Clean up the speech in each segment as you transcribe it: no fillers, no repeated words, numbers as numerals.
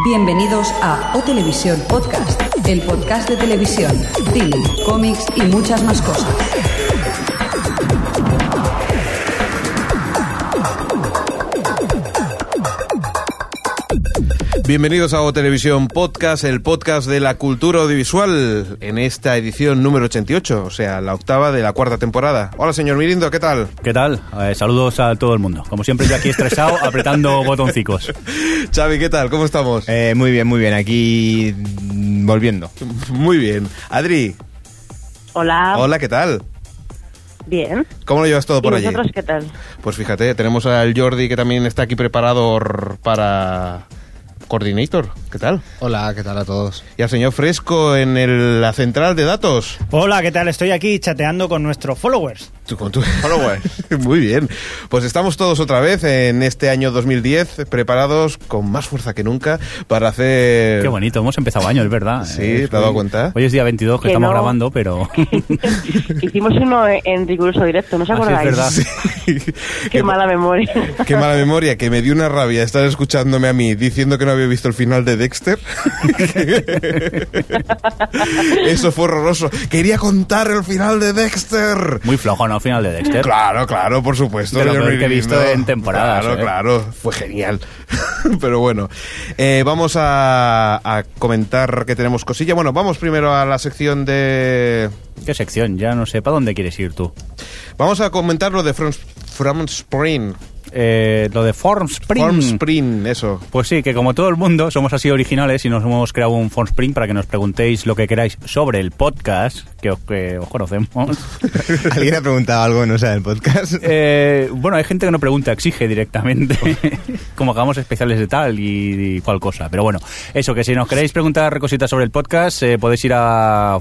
Bienvenidos a O Televisión Podcast, el podcast de televisión, cine, cómics y muchas más cosas. Bienvenidos a O Televisión Podcast, el podcast de la cultura audiovisual, en esta edición número 88, o sea, la octava de la cuarta temporada. Hola, señor Mirindo, ¿qué tal? ¿Qué tal? Saludos a todo el mundo. Como siempre, yo aquí estresado, apretando botoncicos. Xavi, ¿qué tal? ¿Cómo estamos? Muy bien, aquí volviendo. Muy bien. Adri. Hola. Hola, ¿qué tal? Bien. ¿Cómo lo llevas todo por allí? ¿Y vosotros qué tal? Pues fíjate, tenemos al Jordi que también está aquí preparado para Coordinator. ¿Qué tal? Hola, ¿qué tal a todos? Y al señor Fresco en la central de datos. Hola, ¿qué tal? Estoy aquí chateando con nuestros followers. Con tus followers. Muy bien. Pues estamos todos otra vez en este año 2010 preparados con más fuerza que nunca para hacer... Qué bonito, hemos empezado año, es verdad. Sí, ¿te has dado cuenta? Hoy es día 22 que estamos grabando, pero... Hicimos uno en riguroso directo, ¿no os acordáis? Es verdad. Sí. Qué mala memoria. Qué mala memoria, que me dio una rabia estar escuchándome a mí diciendo que no había visto el final de Dexter. Eso fue horroroso. Quería contar el final de Dexter. Muy flojo, ¿no? Final de Dexter. Claro, por supuesto. De lo peor que he visto en temporadas. Claro, fue genial. Pero bueno, vamos a comentar que tenemos cosilla. Bueno, vamos primero a la sección de... ¿Qué sección? Ya no sé, ¿para dónde quieres ir tú? Vamos a comentar lo de From Spring. Lo de Formspring. Formspring, eso. Pues sí, que como todo el mundo somos así originales y nos hemos creado un Formspring para que nos preguntéis lo que queráis sobre el podcast, que os conocemos. ¿Alguien ha preguntado algo que no sea del podcast? Bueno, hay gente que no pregunta, exige directamente, como hagamos especiales de tal y cual cosa. Pero bueno, eso, que si nos queréis preguntar cositas sobre el podcast, podéis ir a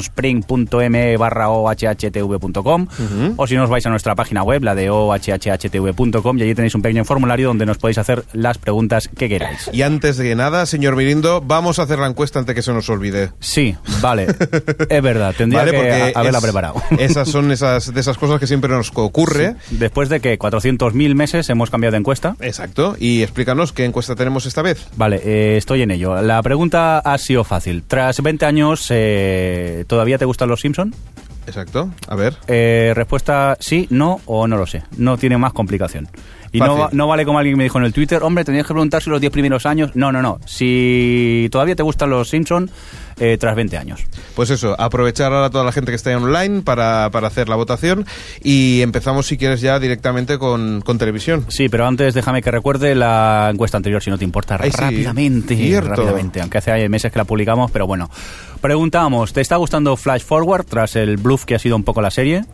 formspring.me/ohhtv.com o si no os vais a nuestra página web, la de ohhtv.com, y allí tenéis un pequeño formulario donde nos podéis hacer las preguntas que queráis. Y antes de nada, señor Mirindo, vamos a hacer la encuesta antes que se nos olvide. Sí, vale, es verdad, tendría que haberla preparado. Esas son de esas cosas que siempre nos ocurre. Sí. Después de que 400.000 meses hemos cambiado de encuesta. Exacto, y explícanos qué encuesta tenemos esta vez. Vale, estoy en ello. La pregunta ha sido fácil. Tras 20 años, ¿todavía te gustan los Simpson? Exacto, a ver. Respuesta sí, no o no lo sé. No tiene más complicación. Y no vale como alguien me dijo en el Twitter, hombre, tendrías que preguntar si los 10 primeros años. No. Si todavía te gustan los Simpson, tras 20 años. Pues eso, aprovechar ahora a toda la gente que está online para hacer la votación y empezamos, si quieres, ya directamente con televisión. Sí, pero antes déjame que recuerde la encuesta anterior, si no te importa, rápidamente, aunque hace meses que la publicamos, pero bueno. Preguntábamos, ¿te está gustando Flash Forward tras el bluff que ha sido un poco la serie?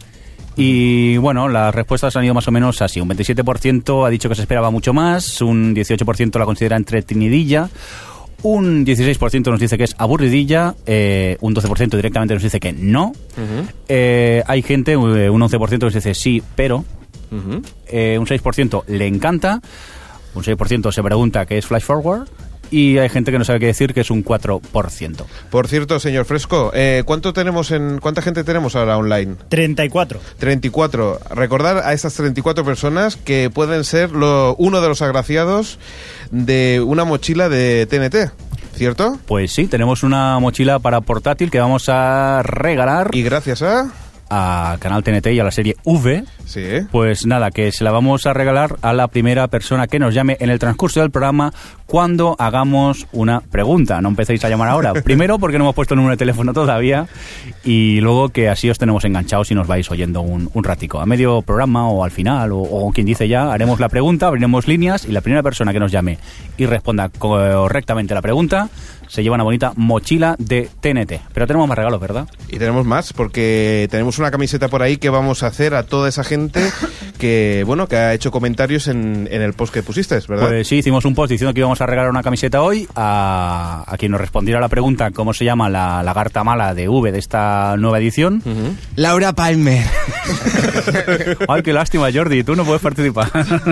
Y bueno, las respuestas han ido más o menos así. Un 27% ha dicho que se esperaba mucho más, un 18% la considera entretenidilla, un 16% nos dice que es aburridilla, un 12% directamente nos dice que no. Hay gente, un 11% nos dice sí, pero un 6% le encanta, un 6% se pregunta qué es Flash Forward. Y hay gente que no sabe qué decir, que es un 4%. Por cierto, señor Fresco, ¿cuánta gente tenemos ahora online? 34. 34. Recordar a estas 34 personas que pueden ser uno de los agraciados de una mochila de TNT, ¿cierto? Pues sí, tenemos una mochila para portátil que vamos a regalar. Y gracias a Canal TNT y a la serie V. Sí. Pues nada, que se la vamos a regalar a la primera persona que nos llame en el transcurso del programa cuando hagamos una pregunta. No empecéis a llamar ahora. Primero, porque no hemos puesto el número de teléfono todavía, y luego que así os tenemos enganchados y nos vais oyendo un ratico. A medio programa o al final, o quien dice ya, haremos la pregunta, abriremos líneas y la primera persona que nos llame y responda correctamente la pregunta se lleva una bonita mochila de TNT. Pero tenemos más regalos, ¿verdad? Y tenemos más, porque tenemos una camiseta por ahí que vamos a hacer a toda esa gente que ha hecho comentarios en el post que pusiste, ¿verdad? Pues sí, hicimos un post diciendo que íbamos a regalar una camiseta hoy a quien nos respondiera la pregunta cómo se llama la lagarta mala de V de esta nueva edición. Laura Palmer. Ay, qué lástima, Jordi, tú no puedes participar.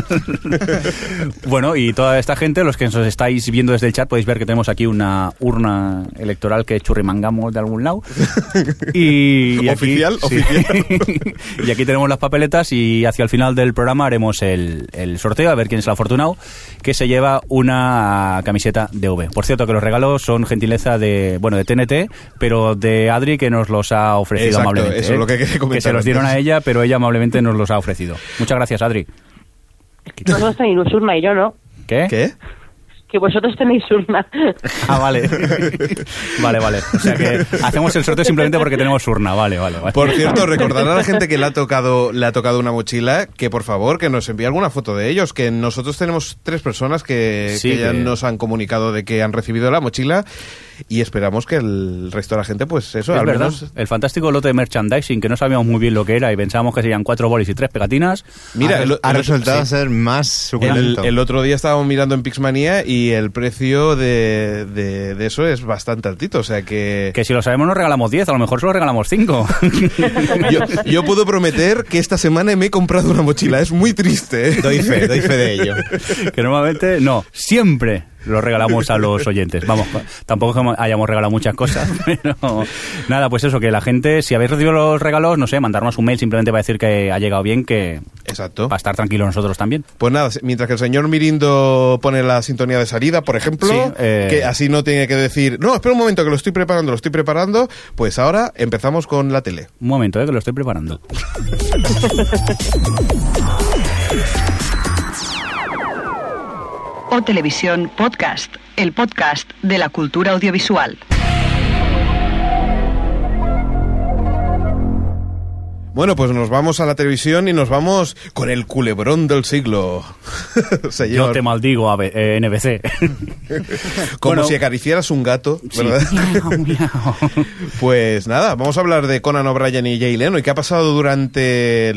Bueno, y toda esta gente, los que nos estáis viendo desde el chat, podéis ver que tenemos aquí una urna electoral que churrimangamos de algún lado. Y aquí, oficial. Y aquí tenemos las papeletas y hacia el final final del programa haremos el sorteo, a ver quién es el afortunado, que se lleva una camiseta de V. Por cierto, que los regalos son gentileza de TNT, pero de Adri, que nos los ha ofrecido. Exacto, amablemente. eso es lo que quería comentar. Que se los dieron a ella, pero ella amablemente nos los ha ofrecido. Muchas gracias, Adri. Vosotros tenéis urna y yo no. ¿Qué? Que vosotros tenéis urna. Ah, vale. Vale. O sea que hacemos el sorteo simplemente porque tenemos urna. Vale. Por cierto, recordar a la gente que le ha tocado una mochila, que por favor que nos envíe alguna foto de ellos, que nosotros tenemos 3 personas que ya nos han comunicado de que han recibido la mochila, y esperamos que el resto de la gente, pues eso, es al verdad. menos... El fantástico lote de merchandising, que no sabíamos muy bien lo que era y pensábamos que serían 4 bolis y 3 pegatinas. Mira, ha resultado ser más suculento. El otro día estábamos mirando en Pixmania y el precio de eso es bastante altito, o sea que... Que si lo sabemos nos regalamos 10, a lo mejor solo regalamos 5. yo puedo prometer que esta semana me he comprado una mochila, es muy triste, ¿eh? Doy fe de ello. Que normalmente, siempre lo regalamos a los oyentes. Vamos, tampoco que hayamos regalado muchas cosas, pero nada, pues eso, que la gente, si habéis recibido los regalos, no sé, mandarnos un mail simplemente para decir que ha llegado bien, que... Exacto. Para estar tranquilos nosotros también. Pues nada, mientras que el señor Mirindo pone la sintonía de salida, por ejemplo, que así no tiene que decir, no, espera un momento que lo estoy preparando, pues ahora empezamos con la tele. Un momento, que lo estoy preparando. O Televisión Podcast, el podcast de la cultura audiovisual. Bueno, pues nos vamos a la televisión y nos vamos con el culebrón del siglo. Señor. Yo te maldigo, NBC. Como si acariciaras un gato, ¿verdad? Sí. Miau. Pues nada, vamos a hablar de Conan O'Brien y Jay Leno y qué ha pasado durante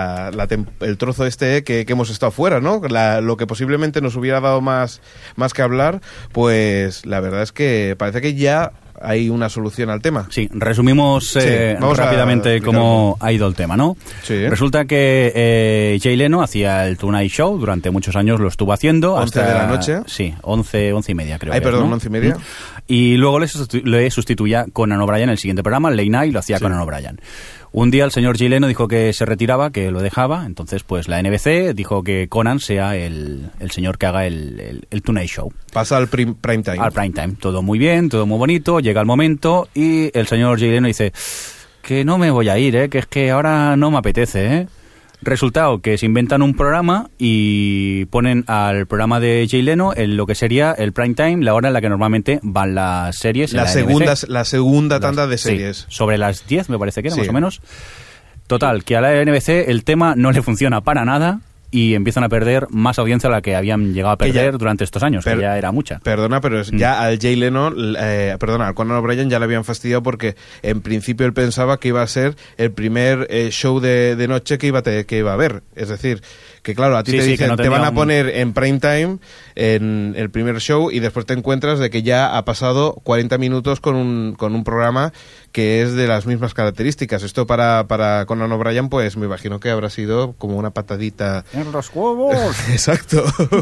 el trozo que hemos estado fuera, ¿no? Lo que posiblemente nos hubiera dado más que hablar, pues la verdad es que parece que ya hay una solución al tema. Sí, resumimos rápidamente cómo ha ido el tema, ¿no? Sí. Resulta que Jay Leno hacía el Tonight Show, durante muchos años lo estuvo haciendo. 11 de la noche. Sí, 11 y media creo. 11 y media. Y luego le sustituía Conan O'Brien en el siguiente programa, Late Night, lo hacía Conan O'Brien. Un día el señor Jay Leno dijo que se retiraba, que lo dejaba, entonces pues la NBC dijo que Conan sea el señor que haga el Tonight Show. Pasa al prime time. Al prime time, todo muy bien, todo muy bonito, llega el momento y el señor Jay Leno dice que no me voy a ir, que es que ahora no me apetece, Resultado que se inventan un programa y ponen al programa de Jay Leno en lo que sería el prime time, la hora en la que normalmente van las series. La segunda tanda de series. Sí, sobre las 10 me parece que era, más o menos. Total, que a la NBC el tema no le funciona para nada y empiezan a perder más audiencia a la que habían llegado a perder durante estos años, que ya era mucha. Perdona, pero ya al Jay Leno, al Conan O'Brien ya le habían fastidiado porque en principio él pensaba que iba a ser el primer show de noche que iba a haber. Es decir, que claro, a ti te dicen, no te van a poner en prime time en el primer show y después te encuentras de que ya ha pasado 40 minutos con un programa que es de las mismas características. Esto para Conan O'Brien, pues me imagino que habrá sido como una patadita en los huevos. Exacto.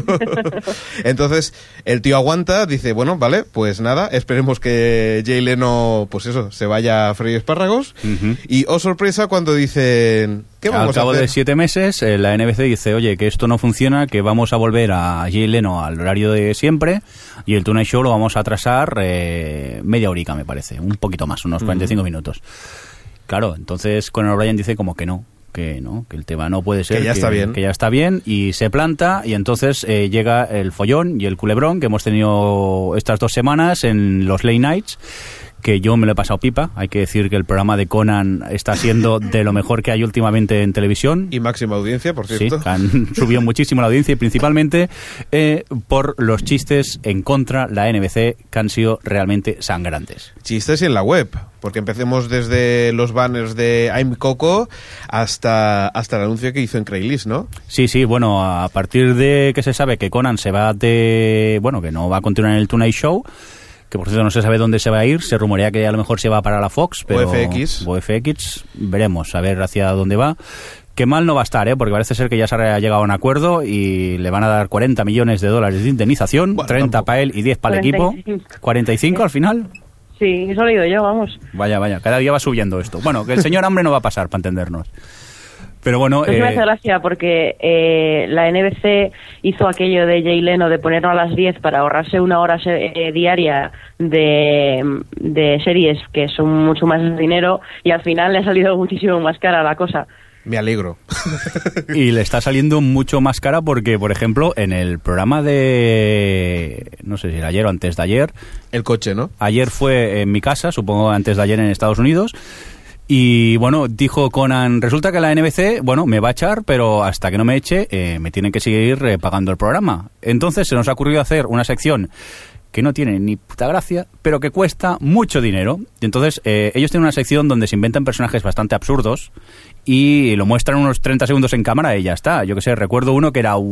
Entonces el tío aguanta, dice, bueno, vale, pues nada, esperemos que Jay Leno, pues eso, se vaya a freír espárragos. Y sorpresa cuando dicen, ¿qué vamos a hacer? Al cabo de 7 meses la NBC dice, oye, que esto no funciona, que vamos a volver a Jay Leno al horario de siempre y el Tonight Show lo vamos a atrasar media horica, me parece, un poquito más, unos 45 minutos. Claro, entonces Conan O'Brien dice como que no, que el tema no puede ser, que ya está bien y se planta y entonces llega el follón y el culebrón que hemos tenido estas 2 semanas en los late nights, que yo me lo he pasado pipa. Hay que decir que el programa de Conan está siendo de lo mejor que hay últimamente en televisión. Y máxima audiencia, por cierto. Sí, han subido muchísimo la audiencia y principalmente por los chistes en contra la NBC que han sido realmente sangrantes. Chistes y en la web, porque empecemos desde los banners de I'm Coco hasta el anuncio que hizo en Craigslist, ¿no? Sí, bueno, a partir de que se sabe que Conan se va que no va a continuar en el Tonight Show, que por cierto no se sabe dónde se va a ir, se rumorea que a lo mejor se va para la Fox, pero o FX, veremos a ver hacia dónde va. Que mal no va a estar, porque parece ser que ya se ha llegado a un acuerdo y le van a dar $40 millones de indemnización, bueno, 30 para él y 10 para el equipo. ¿45 al final? Sí, eso lo he oído yo, vamos. Vaya, cada día va subiendo esto. Bueno, que el señor hambre no va a pasar, para entendernos. Pero bueno... Pues me hace gracia porque la NBC hizo aquello de Jay Leno de ponerlo a las 10 para ahorrarse una hora diaria de series que son mucho más dinero, y al final le ha salido muchísimo más cara la cosa. Me alegro. Y le está saliendo mucho más cara porque, por ejemplo, en el programa de... no sé si era ayer o antes de ayer... El coche, ¿no? Ayer fue en mi casa, supongo antes de ayer en Estados Unidos... Y bueno, dijo Conan, resulta que la NBC, bueno, me va a echar, pero hasta que no me eche, me tienen que seguir pagando el programa. Entonces se nos ha ocurrido hacer una sección que no tiene ni puta gracia, pero que cuesta mucho dinero. Y entonces ellos tienen una sección donde se inventan personajes bastante absurdos y lo muestran unos 30 segundos en cámara y ya está. Yo que sé, recuerdo uno que era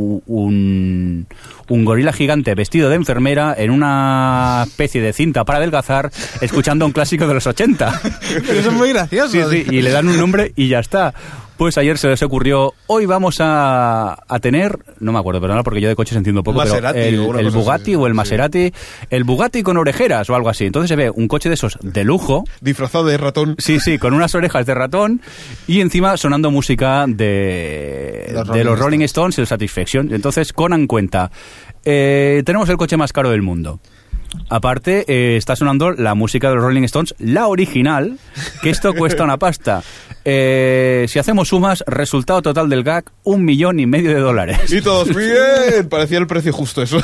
un gorila gigante vestido de enfermera en una especie de cinta para adelgazar, escuchando un clásico de los 80. Pero eso es muy gracioso. Sí, sí, y le dan un nombre y ya está. Pues ayer se les ocurrió, hoy vamos a tener, no me acuerdo, perdona, porque yo de coches entiendo poco, Maserati, pero el Bugatti así, o el Maserati, sí. El Bugatti con orejeras o algo así. Entonces se ve un coche de esos de lujo. Disfrazado de ratón. Sí, sí, con unas orejas de ratón y encima sonando música de los Rolling Stones y el Satisfaction. Entonces Conan cuenta, tenemos el coche más caro del mundo. Aparte, está sonando la música de los Rolling Stones, la original, que esto cuesta una pasta. Si hacemos sumas, resultado total del gag, $1,500,000. Y todos, bien, parecía el precio justo eso.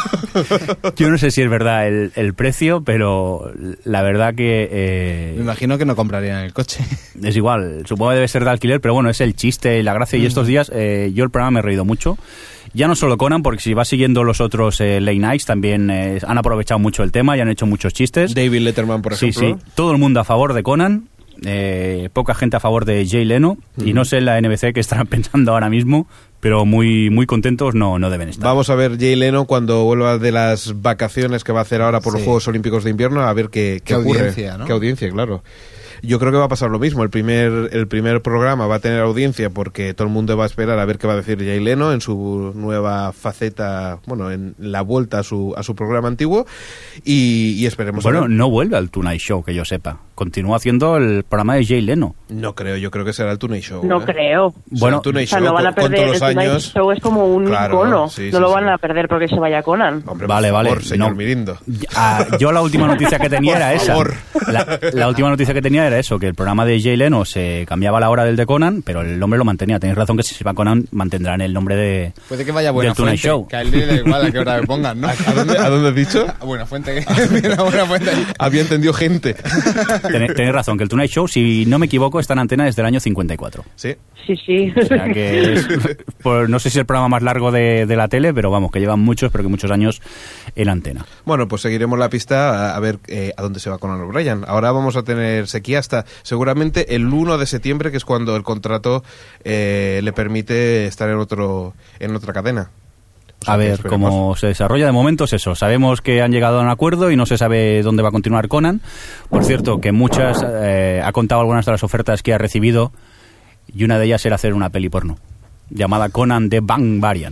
Yo no sé si es verdad el precio, pero la verdad que... Me imagino que no comprarían el coche. Es igual, supongo que debe ser de alquiler, pero bueno, es el chiste y la gracia. Y estos días yo el programa me he reído mucho. Ya no solo Conan, porque si vas siguiendo los otros late nights también han aprovechado mucho el tema y han hecho muchos chistes. David Letterman, por ejemplo. Sí, sí. Todo el mundo a favor de Conan, poca gente a favor de Jay Leno, y no sé en la NBC qué estarán pensando ahora mismo, pero muy, muy contentos no deben estar. Vamos a ver Jay Leno cuando vuelva de las vacaciones que va a hacer ahora por los Juegos Olímpicos de Invierno, a ver qué ocurre. Audiencia, ¿no? Qué audiencia, claro. Yo creo que va a pasar lo mismo. El primer programa va a tener audiencia porque todo el mundo va a esperar a ver qué va a decir Jay Leno en su nueva faceta, bueno, en la vuelta a su programa antiguo, y esperemos. Bueno, no vuelve al Tonight Show, que yo sepa. Continúa haciendo el programa de Jay Leno. No creo, yo creo que será el Tonight Show. No creo. Bueno, Tonight Show, no van a perder. con todos los años. El Show es como un icono. Sí, no lo van a perder porque se vaya Conan. Hombre, vale, por favor, señor no. Mirindo. Yo la última noticia que tenía era esa. La última noticia que tenía era eso, que el programa de Jay Leno se cambiaba la hora del de Conan, pero el nombre lo mantenía. Tenéis razón que si se va Conan mantendrán el nombre de puede que vaya Buena Fuente, Show. Que a él le da igual a qué hora me pongan, ¿no? ¿A dónde has dicho? A Buena Fuente. Buena Fuente. Había entendido gente. Tenéis razón, que el Tonight Show, si no me equivoco, está en antena desde el año 54. Sí. Sí. O sea que es, pues, no sé si es el programa más largo de la tele, pero vamos, que llevan muchos, pero que muchos años en antena. Bueno, pues seguiremos la pista a ver a dónde se va Conan O'Brien. Ahora vamos a tener sequía hasta seguramente el 1 de septiembre, que es cuando el contrato le permite estar en otra cadena. O sea, a ver cómo se desarrolla. De momento es eso. Sabemos que han llegado a un acuerdo y no se sabe dónde va a continuar Conan. Por cierto, que muchas ha contado algunas de las ofertas que ha recibido, y una de ellas era hacer una peli porno llamada Conan the Barbarian.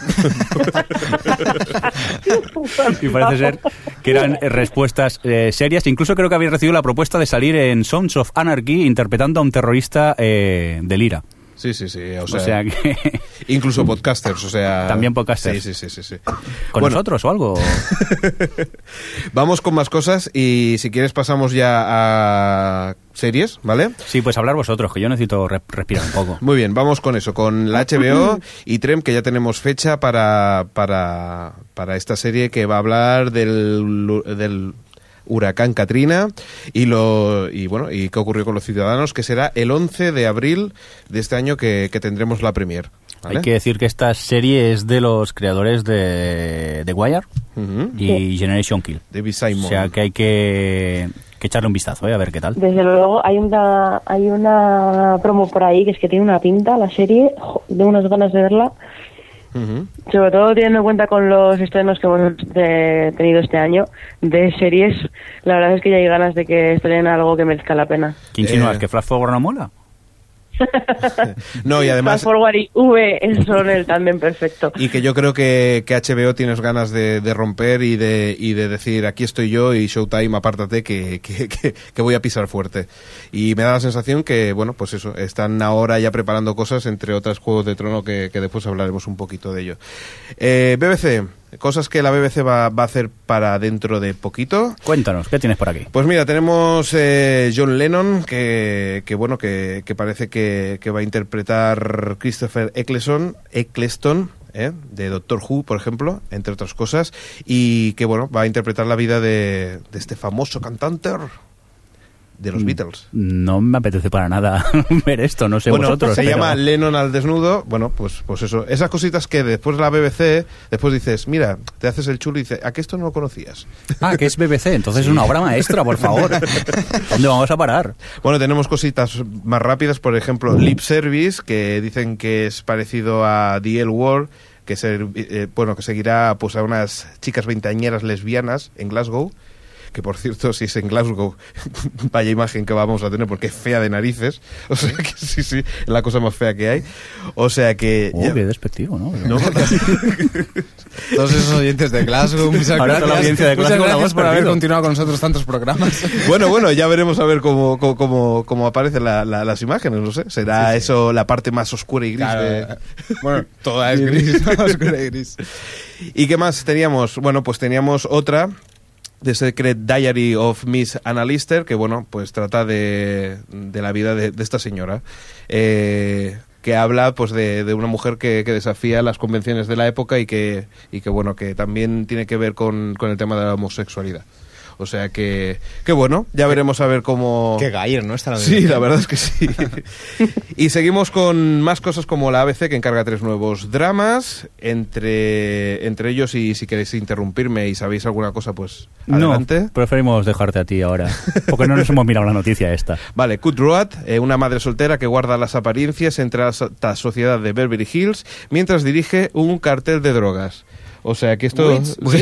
Y parece ser que eran respuestas serias. Incluso creo que habéis recibido la propuesta de salir en Sons of Anarchy interpretando a un terrorista del IRA. Sí. O sea que... Incluso podcasters, o sea... También podcasters. Sí. ¿Con nosotros o algo? Vamos con más cosas y si quieres pasamos ya a series, ¿vale? Sí, pues hablar vosotros, que yo necesito respirar un poco. Muy bien, vamos con eso, con la HBO y Trem, que ya tenemos fecha para esta serie que va a hablar del huracán Katrina y qué ocurrió con los ciudadanos, que será el 11 de abril de este año que tendremos la premier, ¿vale? Hay que decir que esta serie es de los creadores de The Wire y Generation Kill. David Simon. O sea que hay que echarle un vistazo, a ver qué tal. Desde luego hay una promo por ahí que es que tiene una pinta la serie, de unas ganas de verla. Sobre todo teniendo en cuenta con los estrenos que hemos tenido este año de series, la verdad es que ya hay ganas de que estrenen algo que merezca la pena. ¿Qué insinúas? ¿Que Flash Forward no mola? No, y además... Flash Forward y V son el tándem perfecto. Y que yo creo que HBO tienes ganas de romper y de decir, aquí estoy yo y Showtime, apártate, que voy a pisar fuerte. Y me da la sensación que, bueno, pues eso, están ahora ya preparando cosas, entre otras Juegos de Trono, que después hablaremos un poquito de ello. BBC... Cosas que la BBC va a hacer para dentro de poquito. Cuéntanos, ¿qué tienes por aquí? Pues mira, tenemos John Lennon, que parece que va a interpretar Christopher Eccleston, de Doctor Who, por ejemplo, entre otras cosas, y que bueno, va a interpretar la vida de este famoso cantante de los Beatles. No me apetece para nada ver esto, no sé vosotros. Se llama Lennon al desnudo. Bueno, pues eso. Esas cositas que después la BBC, después dices, mira, te haces el chulo y dices, ¿a qué esto no lo conocías? Ah, que es BBC, entonces es una obra maestra, por favor. ¿Dónde vamos a parar? Bueno, tenemos cositas más rápidas, por ejemplo, Lip Service, que dicen que es parecido a The L Word, que seguirá pues a unas chicas veinteañeras lesbianas en Glasgow. Que por cierto, si es en Glasgow, vaya imagen que vamos a tener, porque es fea de narices. O sea que sí, es la cosa más fea que hay. O sea que... Qué despectivo, ¿no? Todos esos oyentes de Glasgow, muchas gracias. La audiencia de Glasgow, muchas gracias por haber continuado con nosotros tantos programas. Bueno, ya veremos a ver cómo aparecen las imágenes, no sé. Será eso la parte más oscura y gris. Claro, bueno, toda es gris, oscura y gris. ¿Y qué más teníamos? Bueno, pues teníamos otra... The Secret Diary of Miss Anna Lister, que bueno, pues trata de la vida de esta señora, que habla pues de una mujer que desafía las convenciones de la época y que bueno, que también tiene que ver con el tema de la homosexualidad. O sea que bueno, ya veremos a ver cómo... Qué galler, ¿no? Sí, la verdad es que sí. Y seguimos con más cosas como la ABC, que encarga 3 nuevos dramas. Entre ellos, y si queréis interrumpirme y sabéis alguna cosa, pues adelante. No, preferimos dejarte a ti ahora, porque no nos hemos mirado la noticia esta. Vale, Cut Road, una madre soltera que guarda las apariencias entre la alta sociedad de Beverly Hills mientras dirige un cartel de drogas. O sea que esto...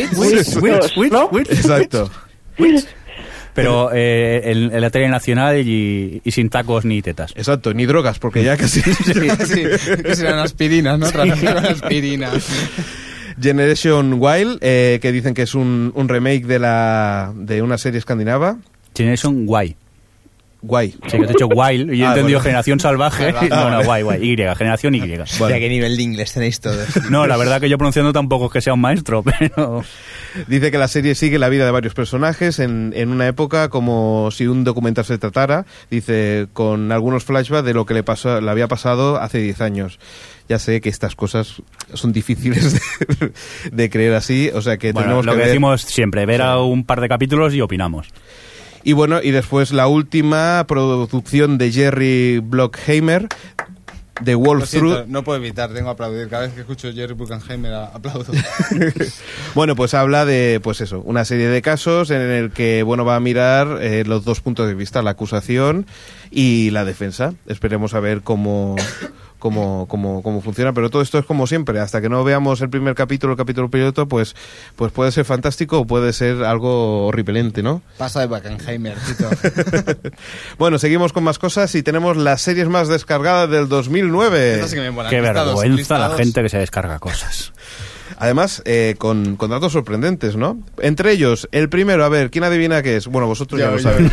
Exacto. Pero en la tele nacional y sin tacos ni tetas. Exacto, ni drogas, porque ya casi... que serán aspirinas, ¿no? Tratando con aspirinas. Generation Wild, que dicen que es un remake de una serie escandinava. Generation Wild. Guay. Sí, que has hecho Wild y yo he entendido bueno. Generación Salvaje. No, guay. Y, Generación Y. Bueno. ¿A qué nivel de inglés tenéis todos? No, la verdad que yo pronunciando tampoco es que sea un maestro, pero... Dice que la serie sigue la vida de varios personajes en una época como si un documental se tratara. Dice, con algunos flashbacks de lo que le había pasado hace 10 años. Ya sé que estas cosas son difíciles de creer así, o sea que tenemos lo que ver... decimos siempre, ver a un par de capítulos y opinamos. Y bueno, y después la última producción de Jerry Bruckheimer, The Wolf Through. No puedo evitar, tengo que aplaudir. Cada vez que escucho Jerry Bruckheimer aplaudo. Bueno, pues habla de, pues eso, una serie de casos en el que, bueno, va a mirar los dos puntos de vista, la acusación y la defensa. Esperemos a ver cómo funciona, pero todo esto es como siempre, hasta que no veamos el primer capítulo, el capítulo piloto, pues puede ser fantástico o puede ser algo horripilante, ¿no? Pasa de Bruckheimer, Tito. Bueno, seguimos con más cosas y tenemos las series más descargadas del 2009. Sí que qué vergüenza la gente que se descarga cosas. Además, con datos sorprendentes, ¿no? Entre ellos, el primero, a ver, ¿quién adivina qué es? Bueno, vosotros ya lo sabéis.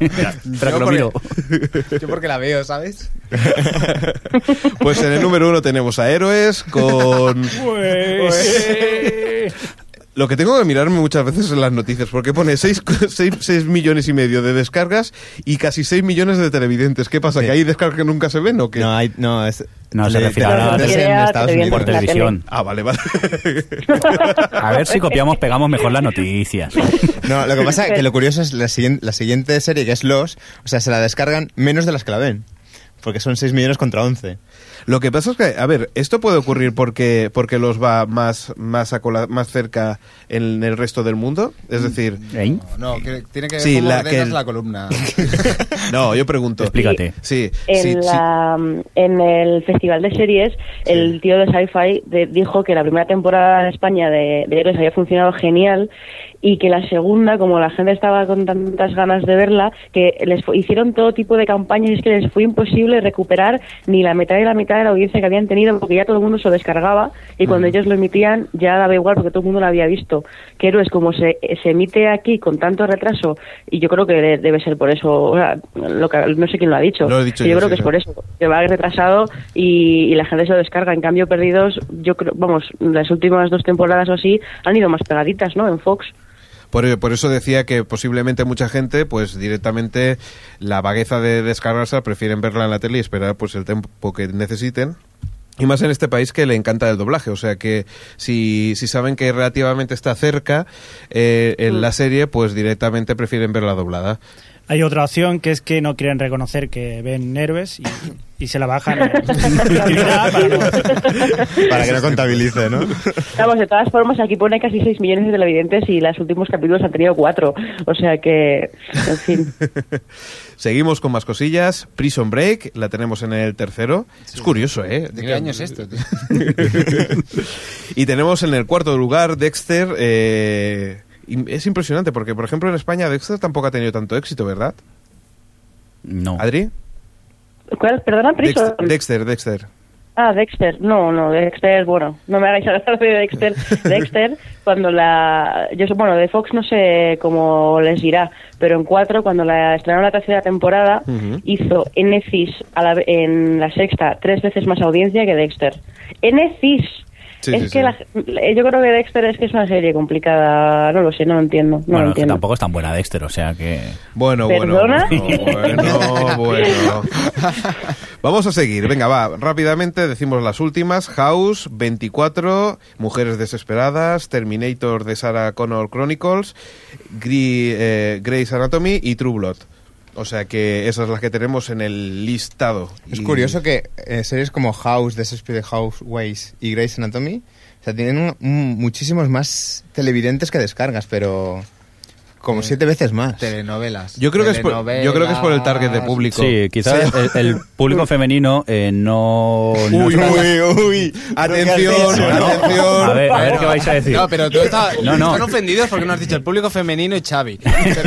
Yo porque la veo, ¿sabes? Pues en el número 1 tenemos a Héroes con... Lo que tengo que mirarme muchas veces en las noticias, porque pone 6 millones y medio de descargas y casi 6 millones de televidentes. ¿Qué pasa? ¿Que hay descargas que nunca se ven o qué? No, se refiere a por televisión. Ah, vale. A ver si pegamos mejor las noticias. No, lo que pasa es que lo curioso es la siguiente serie, que es Los, o sea, se la descargan menos de las que la ven. Porque son 6 millones contra 11. Lo que pasa es que, a ver, esto puede ocurrir porque Los va más cerca en el resto del mundo, es decir... No, tiene que ver sí, con la columna. No, yo pregunto. Explícate. Sí. En el Festival de Series, el tío de Sci-Fi dijo que la primera temporada en España de Héroes había funcionado genial y que la segunda, como la gente estaba con tantas ganas de verla, que hicieron todo tipo de campañas y es que les fue imposible imposible recuperar ni la mitad de la audiencia que habían tenido, porque ya todo el mundo se lo descargaba y cuando ellos lo emitían ya daba igual porque todo el mundo lo había visto. Que Héroes, como se emite aquí con tanto retraso, y yo creo que debe ser por eso, o sea, no sé quién lo ha dicho, lo he dicho yo creo que es por eso, que va retrasado y la gente se lo descarga. En cambio, Perdidos, yo creo, vamos, las últimas 2 temporadas o así han ido más pegaditas, ¿no? En Fox. Por eso decía que posiblemente mucha gente, pues directamente la vagueza de descargarse prefieren verla en la tele y esperar pues el tiempo que necesiten. Y más en este país que le encanta el doblaje, o sea que si saben que relativamente está cerca en la serie, pues directamente prefieren verla doblada. Hay otra opción que es que no quieren reconocer que ven Héroes y se la bajan para que no contabilice, ¿no? Vamos, de todas formas, aquí pone casi 6 millones de televidentes y los últimos capítulos han tenido 4. O sea que, en fin. Seguimos con más cosillas. Prison Break, la tenemos en el tercero. Sí. Es curioso, ¿eh? ¿De qué año es esto, tío? Y tenemos en el cuarto lugar Dexter. Es impresionante porque, por ejemplo, en España Dexter tampoco ha tenido tanto éxito, ¿verdad? No. ¿Adri? ¿Cuál? Perdona, Prison. Dexter. Ah, Dexter. No, Dexter, bueno, no me hagáis hablar de Dexter. Dexter, cuando de Fox no sé cómo les irá, pero en 4, cuando la estrenaron la tercera temporada, hizo Enecis en la sexta 3 veces más audiencia que Dexter. Enecis. Sí, es que yo creo que Dexter es una serie complicada, no lo sé, no lo entiendo. Bueno, es que tampoco es tan buena Dexter, o sea que... Bueno. Vamos a seguir, venga, va, rápidamente decimos las últimas. House, 24, Mujeres Desesperadas, Terminator de Sarah Connor Chronicles, Grey's Anatomy y True Blood. O sea que esas son las que tenemos en el listado. Es curioso que series como House, Desperate Housewives y Grey's Anatomy, o sea, tienen muchísimos más televidentes que descargas, pero como 7 veces más. Telenovelas. Yo creo que es por el target de público. Sí, quizás sí. El público femenino no... Uy, atención. A ver qué vais a decir. No, pero tú están ofendidos porque no has dicho el público femenino y Xavi.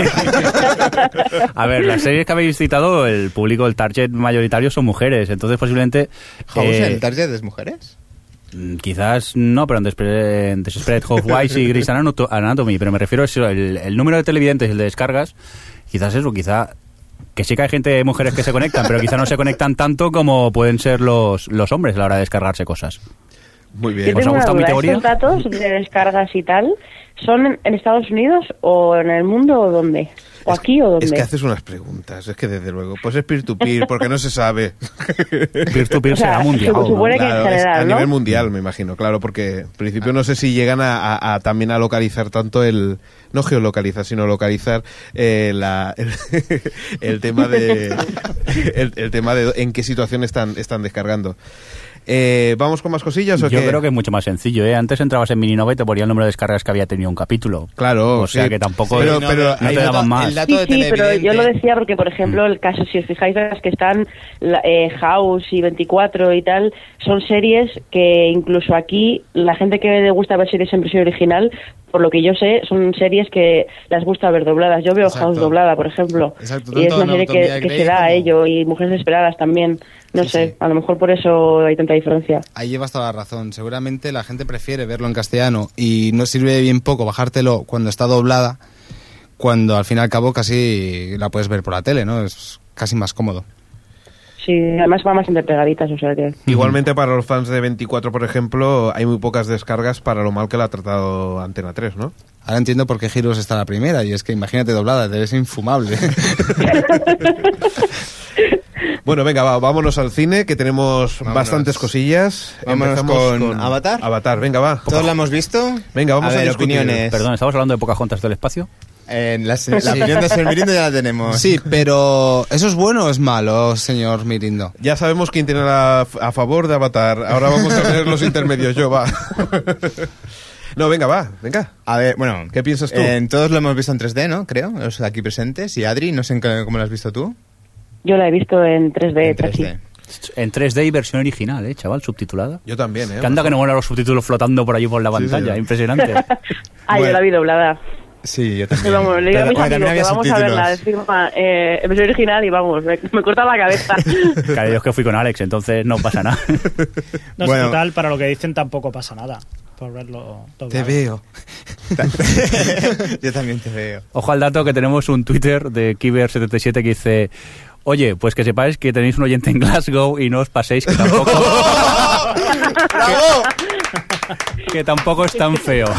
A ver, las series que habéis citado, el target mayoritario son mujeres, entonces posiblemente... ¿House el target es mujeres? Quizás no, pero en Desperate Housewives y Grey's Anatomy, pero me refiero a eso, el número de televidentes y el de descargas, quizás que sí que hay mujeres que se conectan, pero quizás no se conectan tanto como pueden ser los hombres a la hora de descargarse cosas. Muy bien. ¿Os ha gustado mi teoría? ¿Estos datos de descargas y tal son en Estados Unidos o en el mundo o dónde? ¿O aquí o dónde? Es que haces unas preguntas, es que desde luego, pues es peer-to-peer, porque no se sabe. Peer-to-peer será mundial. Supone que en general, a nivel mundial, me imagino, claro, porque en principio no sé si llegan también a localizar tanto no geolocalizar, sino localizar el tema de el tema de en qué situación están descargando. ¿Vamos con más cosillas o qué? Yo creo que es mucho más sencillo, ¿eh? Antes entrabas en Mininova y te ponía el número de descargas que había tenido un capítulo. Claro, o sea que tampoco pero no te daban más. Sí, pero yo lo decía porque, por ejemplo, el caso, si os fijáis, las que están House y 24 y tal, son series que incluso aquí la gente que le gusta ver series en versión original, por lo que yo sé, son series que les gusta ver dobladas. Yo veo House doblada, por ejemplo. Exacto, y es una serie que se da a ello, y Mujeres Desesperadas también. No sé, a lo mejor por eso hay tanta diferencia. Ahí llevas toda la razón. Seguramente la gente prefiere verlo en castellano y no sirve bien poco bajártelo cuando está doblada, cuando al fin y al cabo casi la puedes ver por la tele, ¿no? Es casi más cómodo. Sí, además va más entre pegaditas, o sea que... Igualmente para los fans de 24, por ejemplo, hay muy pocas descargas para lo mal que la ha tratado Antena 3, ¿no? Ahora entiendo por qué Heroes está la primera, y es que imagínate doblada, debe ser infumable. Bueno, venga, vámonos al cine, que tenemos bastantes cosillas. Vámonos con Avatar. Avatar, venga, va. ¿Todos la hemos visto? Venga, vamos a discutir. Opiniones. Perdón, ¿estamos hablando de Pocahontas del espacio? La opinión de señor Mirindo ya la tenemos. Sí, pero ¿eso es bueno o es malo, señor Mirindo? Ya sabemos quién tiene a favor de Avatar. Ahora vamos a ver los intermedios. Yo, va. No, venga. A ver, bueno, ¿qué piensas tú? Todos lo hemos visto en 3D, ¿no? Creo, los aquí presentes. Y Adri, no sé cómo lo has visto tú. Yo la he visto en 3D. En 3D y versión original, chaval, subtitulada. Yo también, Que anda que no van los subtítulos flotando por allí por la pantalla, sí. Impresionante. Yo la vi doblada. Sí, yo también. Vamos, le digo a mis También amigos había que vamos a verla encima en versión original y vamos, me corta la cabeza. Claro, yo es que fui con Alex, entonces no pasa nada. No, Bueno. total, para lo que dicen tampoco pasa nada. Por verlo doblado. Te veo. Yo también te veo. Ojo al dato que tenemos un Twitter de Kiber77 que dice: oye, pues que sepáis que tenéis un oyente en Glasgow y no os paséis que tampoco... que tampoco es tan feo.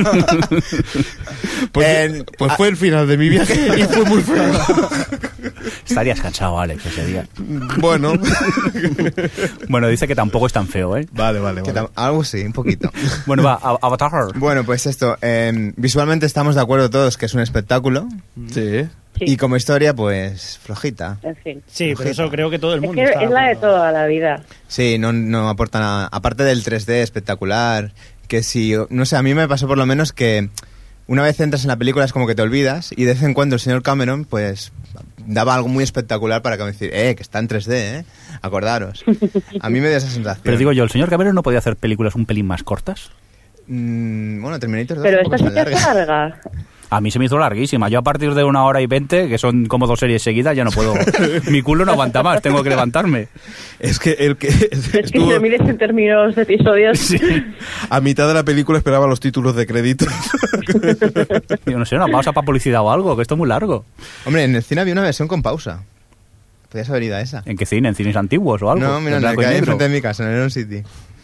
Pues fue el final de mi viaje y fue muy feo. Estarías cansado, Alex, ese día. Bueno. Bueno, dice que tampoco es tan feo, ¿eh? Vale. Algo sí, un poquito. Bueno, va, Avatar. Bueno, pues esto, visualmente estamos de acuerdo todos que es un espectáculo. Sí. Sí. Y como historia, pues flojita. En fin. Sí, pero eso creo que todo el Es mundo que está es la de acuerdo. toda la vida. Sí, no aporta nada. Aparte del 3D espectacular, que si, no sé, a mí me pasó por lo menos que una vez entras en la película es como que te olvidas y de vez en cuando el señor Cameron pues daba algo muy espectacular para que me decir, que está en 3D, acordaros. A mí me dio esa sensación. Pero digo yo, ¿el señor Cameron no podía hacer películas un pelín más cortas? Bueno, Terminator 2 Pero tampoco esta es sí tan que es larga. larga. A mí se me hizo larguísima. Yo a partir de 1 hora y 20, que son como 2 series seguidas, ya no puedo. Mi culo no aguanta más, tengo que levantarme. Es que el que Es que si lo mides en términos de episodios... Sí. a mitad de la película esperaba los títulos de crédito. Yo no sé, una pausa para publicidad o algo, que esto es muy largo. Hombre, en el cine había una versión con pausa. Podías haber ido a esa. ¿En qué cine? ¿En cines antiguos o algo? No, mira, ¿En en el blanco que y hay negro? enfrente de mi casa, en Iron City.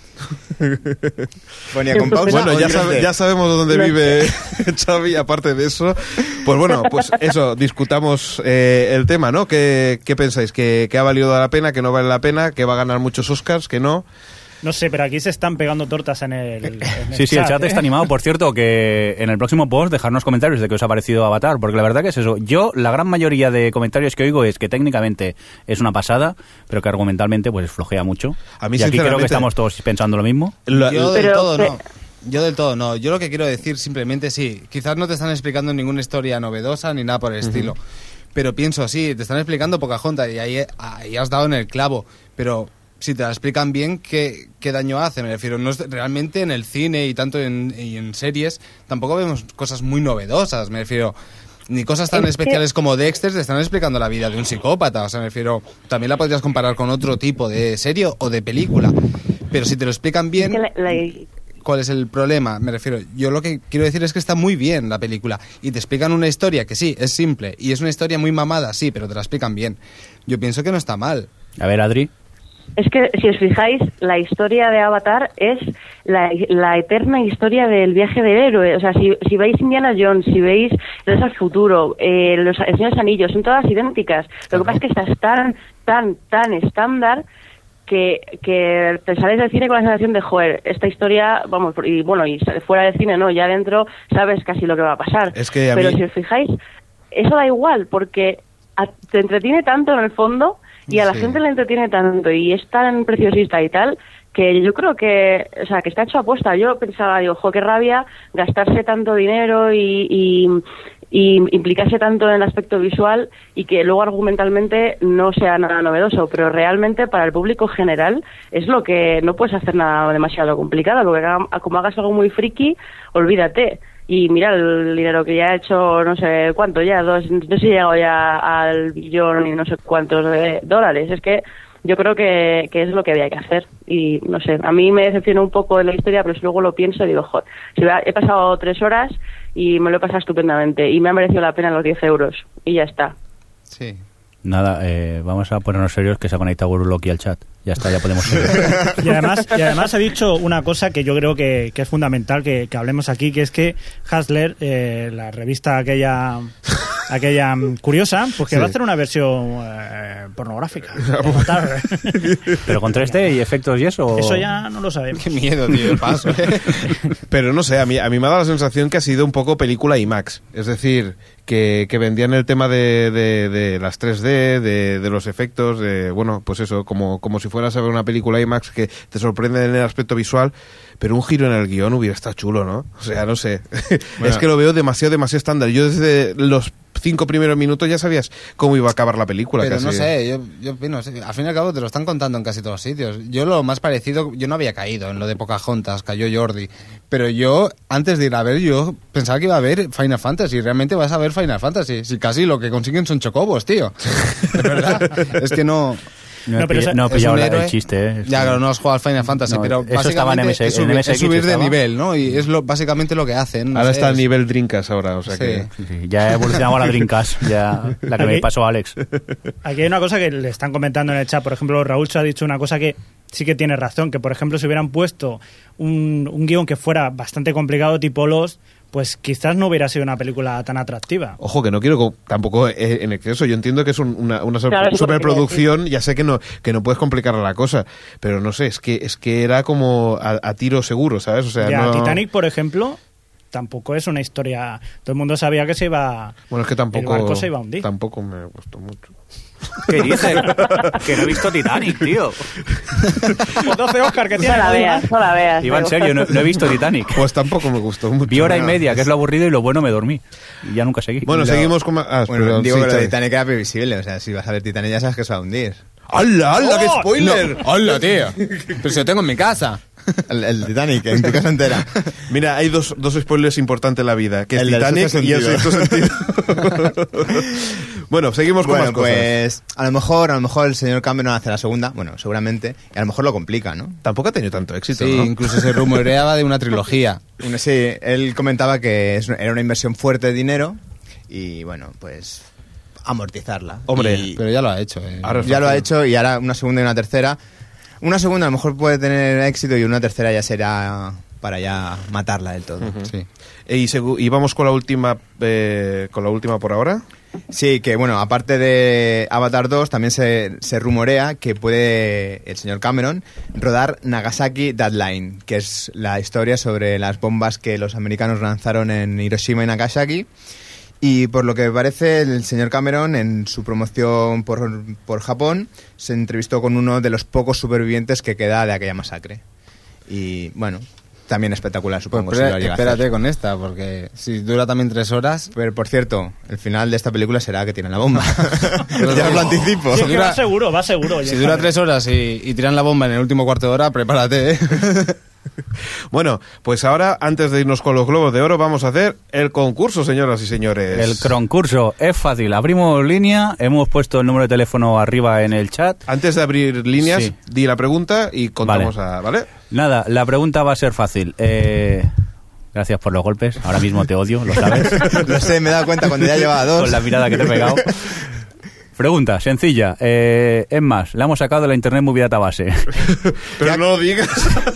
Ponía con pausa. Bueno, o ya, en 3D. ya sabemos dónde vive Xavi, aparte de eso. Pues bueno, pues eso, discutamos el tema, ¿no? ¿Qué pensáis? ¿Que ha valido la pena, que no vale la pena, que va a ganar muchos Oscars, que no? No sé, pero aquí se están pegando tortas en el Sí, el chat está animado. Por cierto, que en el próximo post dejarnos comentarios de qué os ha parecido Avatar, porque la verdad que es eso. Yo, la gran mayoría de comentarios que oigo es que técnicamente es una pasada, pero que argumentalmente pues flojea mucho. A mí, y aquí creo sinceramente, que estamos todos pensando lo mismo. Yo del Pero- todo pero- no. Yo del todo no. Yo lo que quiero decir simplemente sí. Quizás no te están explicando ninguna historia novedosa ni nada por el estilo. Pero pienso, sí, te están explicando Pocahontas y ahí has dado en el clavo. Pero si te la explican bien, ¿qué daño hace? Me refiero, no es, realmente en el cine y tanto y en series tampoco vemos cosas muy novedosas. Me refiero, ni cosas tan Es que- especiales como Dexter te están explicando la vida de un psicópata. O sea, me refiero, también la podrías comparar con otro tipo de serie o de película. Pero si te lo explican bien... Es que ¿Cuál es el problema? Me refiero, yo lo que quiero decir es que está muy bien la película y te explican una historia que sí, es simple y es una historia muy mamada, sí, pero te la explican bien. Yo pienso que no está mal. A ver, Adri. Es que, si os fijáis, la historia de Avatar es la eterna historia del viaje del héroe. O sea, si veis Indiana Jones, si veis Regreso al Futuro, El Señor de los Anillos, son todas idénticas. Lo que pasa es que esta es tan estándar que te sales del cine con la sensación de, joder, esta historia, vamos, y bueno, y fuera del cine, no, ya dentro sabes casi lo que va a pasar. Es que a Pero mí- si os fijáis, eso da igual, porque te entretiene tanto en el fondo y a la Sí. gente le entretiene tanto y es tan preciosista y tal, que yo creo que, o sea, que está hecho a aposta. Yo pensaba, digo, jo, qué rabia gastarse tanto dinero y implicarse tanto en el aspecto visual y que luego argumentalmente no sea nada novedoso, pero realmente para el público general es lo que no puedes hacer nada demasiado complicado, porque como hagas algo muy friki, olvídate. Y mira el dinero que ya he hecho, no sé cuánto ya, no sé si he llegado ya al billón y no sé cuántos de dólares. Es que yo creo que es lo que había que hacer. Y no sé, a mí me decepcionó un poco la historia, pero si luego lo pienso, digo, joder, he pasado 3 horas y me lo he pasado estupendamente y me ha merecido la pena los 10 euros y ya está. Sí. Nada, vamos a ponernos serios, que se ha conectado Guruloki al chat. Ya está, ya podemos seguir. Y además ha dicho una cosa que yo creo que es fundamental que hablemos aquí, que es que Hustler, la revista aquella curiosa, pues que Sí. va a hacer una versión pornográfica. de Avatar. Pero con 3D y efectos y eso. Eso ya no lo sabemos. Qué miedo, tío, el paso. Pero no sé, a mí me ha dado la sensación que ha sido un poco película IMAX. Es decir, que vendían el tema de las 3D, de los efectos, bueno, pues eso, como si fueras a ver una película IMAX que te sorprende en el aspecto visual, pero un giro en el guión hubiera estado chulo, ¿no? O sea, no sé. Bueno. Es que lo veo demasiado estándar. Yo desde los 5 primeros minutos ya sabías cómo iba a acabar la película. Pero casi. No sé, yo opino, al fin y al cabo te lo están contando en casi todos los sitios. Yo lo más parecido, yo no había caído en lo de Pocahontas, cayó Jordi, pero yo, antes de ir a ver, yo pensaba que iba a ver Final Fantasy, realmente vas a ver Final Fantasy, si casi lo que consiguen son chocobos, tío. De verdad, es que no... No, pero ya habla el chiste, Ya, claro, no has jugado al Final Fantasy, pero eso estaba en MSX, es subir de nivel, ¿no? Y es básicamente lo que hacen. No ahora está el nivel Dreamcast ahora, o sea que... Sí, ya evolucionamos a la Dreamcast, ya la que me pasó a Alex. Aquí hay una cosa que le están comentando en el chat, por ejemplo, Raúl ha dicho una cosa que sí que tiene razón, que por ejemplo si hubieran puesto un guión que fuera bastante complicado tipo Lost, pues quizás no hubiera sido una película tan atractiva. Ojo, que no quiero tampoco en exceso. Yo entiendo que es una superproducción, ya sé que no puedes complicar la cosa, pero no sé, es que era como a tiro seguro, ¿sabes? O sea, ya, Titanic, por ejemplo, tampoco es una historia... Todo el mundo sabía que se iba... Bueno, es que tampoco... El barco se iba a hundir. Tampoco me gustó mucho. ¿Qué dices? Que no he visto Titanic, tío. Pues 12 Oscar que tiene. No la veas. Iba en serio, no he visto Titanic. Pues tampoco me gustó mucho. Vi hora y media, que es lo aburrido, y lo bueno me dormí. Y ya nunca seguí. Bueno, seguimos con más... bueno, digo que lo de Titanic era previsible. O sea, si vas a ver Titanic ya sabes que se va a hundir. ¡Hala, qué spoiler! No, ¡hala, tío! Pero si lo tengo en mi casa. El Titanic, en tu casa entera. Mira, hay dos spoilers importantes en la vida, que es el Titanic y el sexto sentido. Bueno, seguimos con más cosas. Pues a lo mejor el señor Cameron hace la segunda, bueno, seguramente, y a lo mejor lo complica, ¿no? Tampoco ha tenido tanto éxito, sí, ¿no? Incluso se rumoreaba de una trilogía. Sí, él comentaba que era una inversión fuerte de dinero y bueno, pues amortizarla. Hombre, pero ya lo ha hecho. Ya lo ha hecho y ahora una segunda y una tercera. Una segunda a lo mejor puede tener éxito y una tercera ya será para ya matarla del todo. Uh-huh. Sí. ¿Y vamos con la última por ahora? Sí, que bueno, aparte de Avatar 2, también se rumorea que puede el señor Cameron rodar Nagasaki Deadline, que es la historia sobre las bombas que los americanos lanzaron en Hiroshima y Nagasaki. Y por lo que parece, el señor Cameron, en su promoción por Japón, se entrevistó con uno de los pocos supervivientes que queda de aquella masacre. Y bueno, también espectacular, supongo. Pues espérate con esta, porque si dura también 3 horas... Pero por cierto, el final de esta película será que tiran la bomba. Ya os lo anticipo. Sí, va seguro. Si dura 3 horas y tiran la bomba en el último cuarto de hora, prepárate, ¿eh? Bueno, pues ahora, antes de irnos con los globos de oro, vamos a hacer el concurso, señoras y señores. El concurso es fácil. Abrimos línea, hemos puesto el número de teléfono arriba en el chat. Antes de abrir líneas, sí, di la pregunta y contamos ¿vale? Nada, la pregunta va a ser fácil. Gracias por los golpes. Ahora mismo te odio, lo sabes. Lo sé, me he dado cuenta cuando ya llevaba 2. Con la mirada que te he pegado. Pregunta sencilla, es más, la hemos sacado de la Internet Movie Database. Pero no lo digas.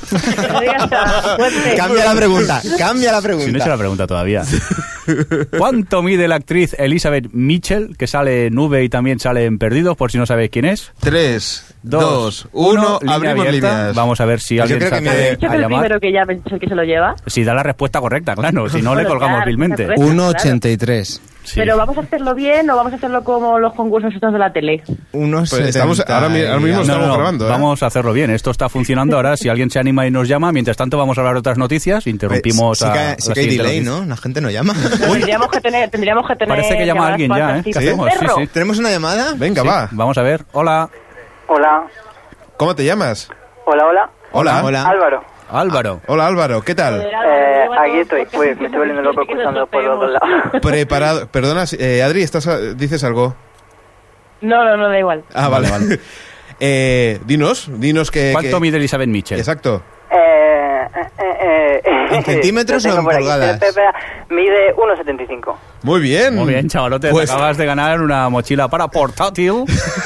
Cambia la pregunta. Si no he hecho la pregunta todavía. ¿Cuánto mide la actriz Elizabeth Mitchell, que sale en V y también sale en Perdidos, por si no sabéis quién es? 3, 2, 1, abrimos líneas. Vamos a ver si alguien se atreve a llamar. ¿El primero que llame es el que se lo lleva? Si da la respuesta correcta, claro, si no le colgamos vilmente. 1,83. Sí. Pero ¿vamos a hacerlo bien o vamos a hacerlo como los concursos estos de la tele? Pues ahora mismo estamos grabando. Vamos a hacerlo bien. Esto está funcionando ahora. Si alguien se anima y nos llama, mientras tanto vamos a hablar de otras noticias. Interrumpimos sí que hay delay, ¿no? La gente no llama. Tendríamos que tener. Parece que llama alguien ya, ¿eh? ¿Sí? Sí. ¿Tenemos una llamada? Venga, va. Vamos a ver. Hola. Hola. ¿Cómo te llamas? Hola. Álvaro. Hola, Álvaro. ¿Qué tal? Aquí estoy. Pues me estoy volviendo loco escuchando por los dos lados. Preparado. Perdona, Adri, ¿dices algo? No, da igual. Ah, vale. Dinos que... ¿Cuánto mide Elizabeth Mitchell? Exacto. ¿En centímetros o en pulgadas? Mide 1,75. Muy bien, chavalote. Pues... Te acabas de ganar una mochila para portátil.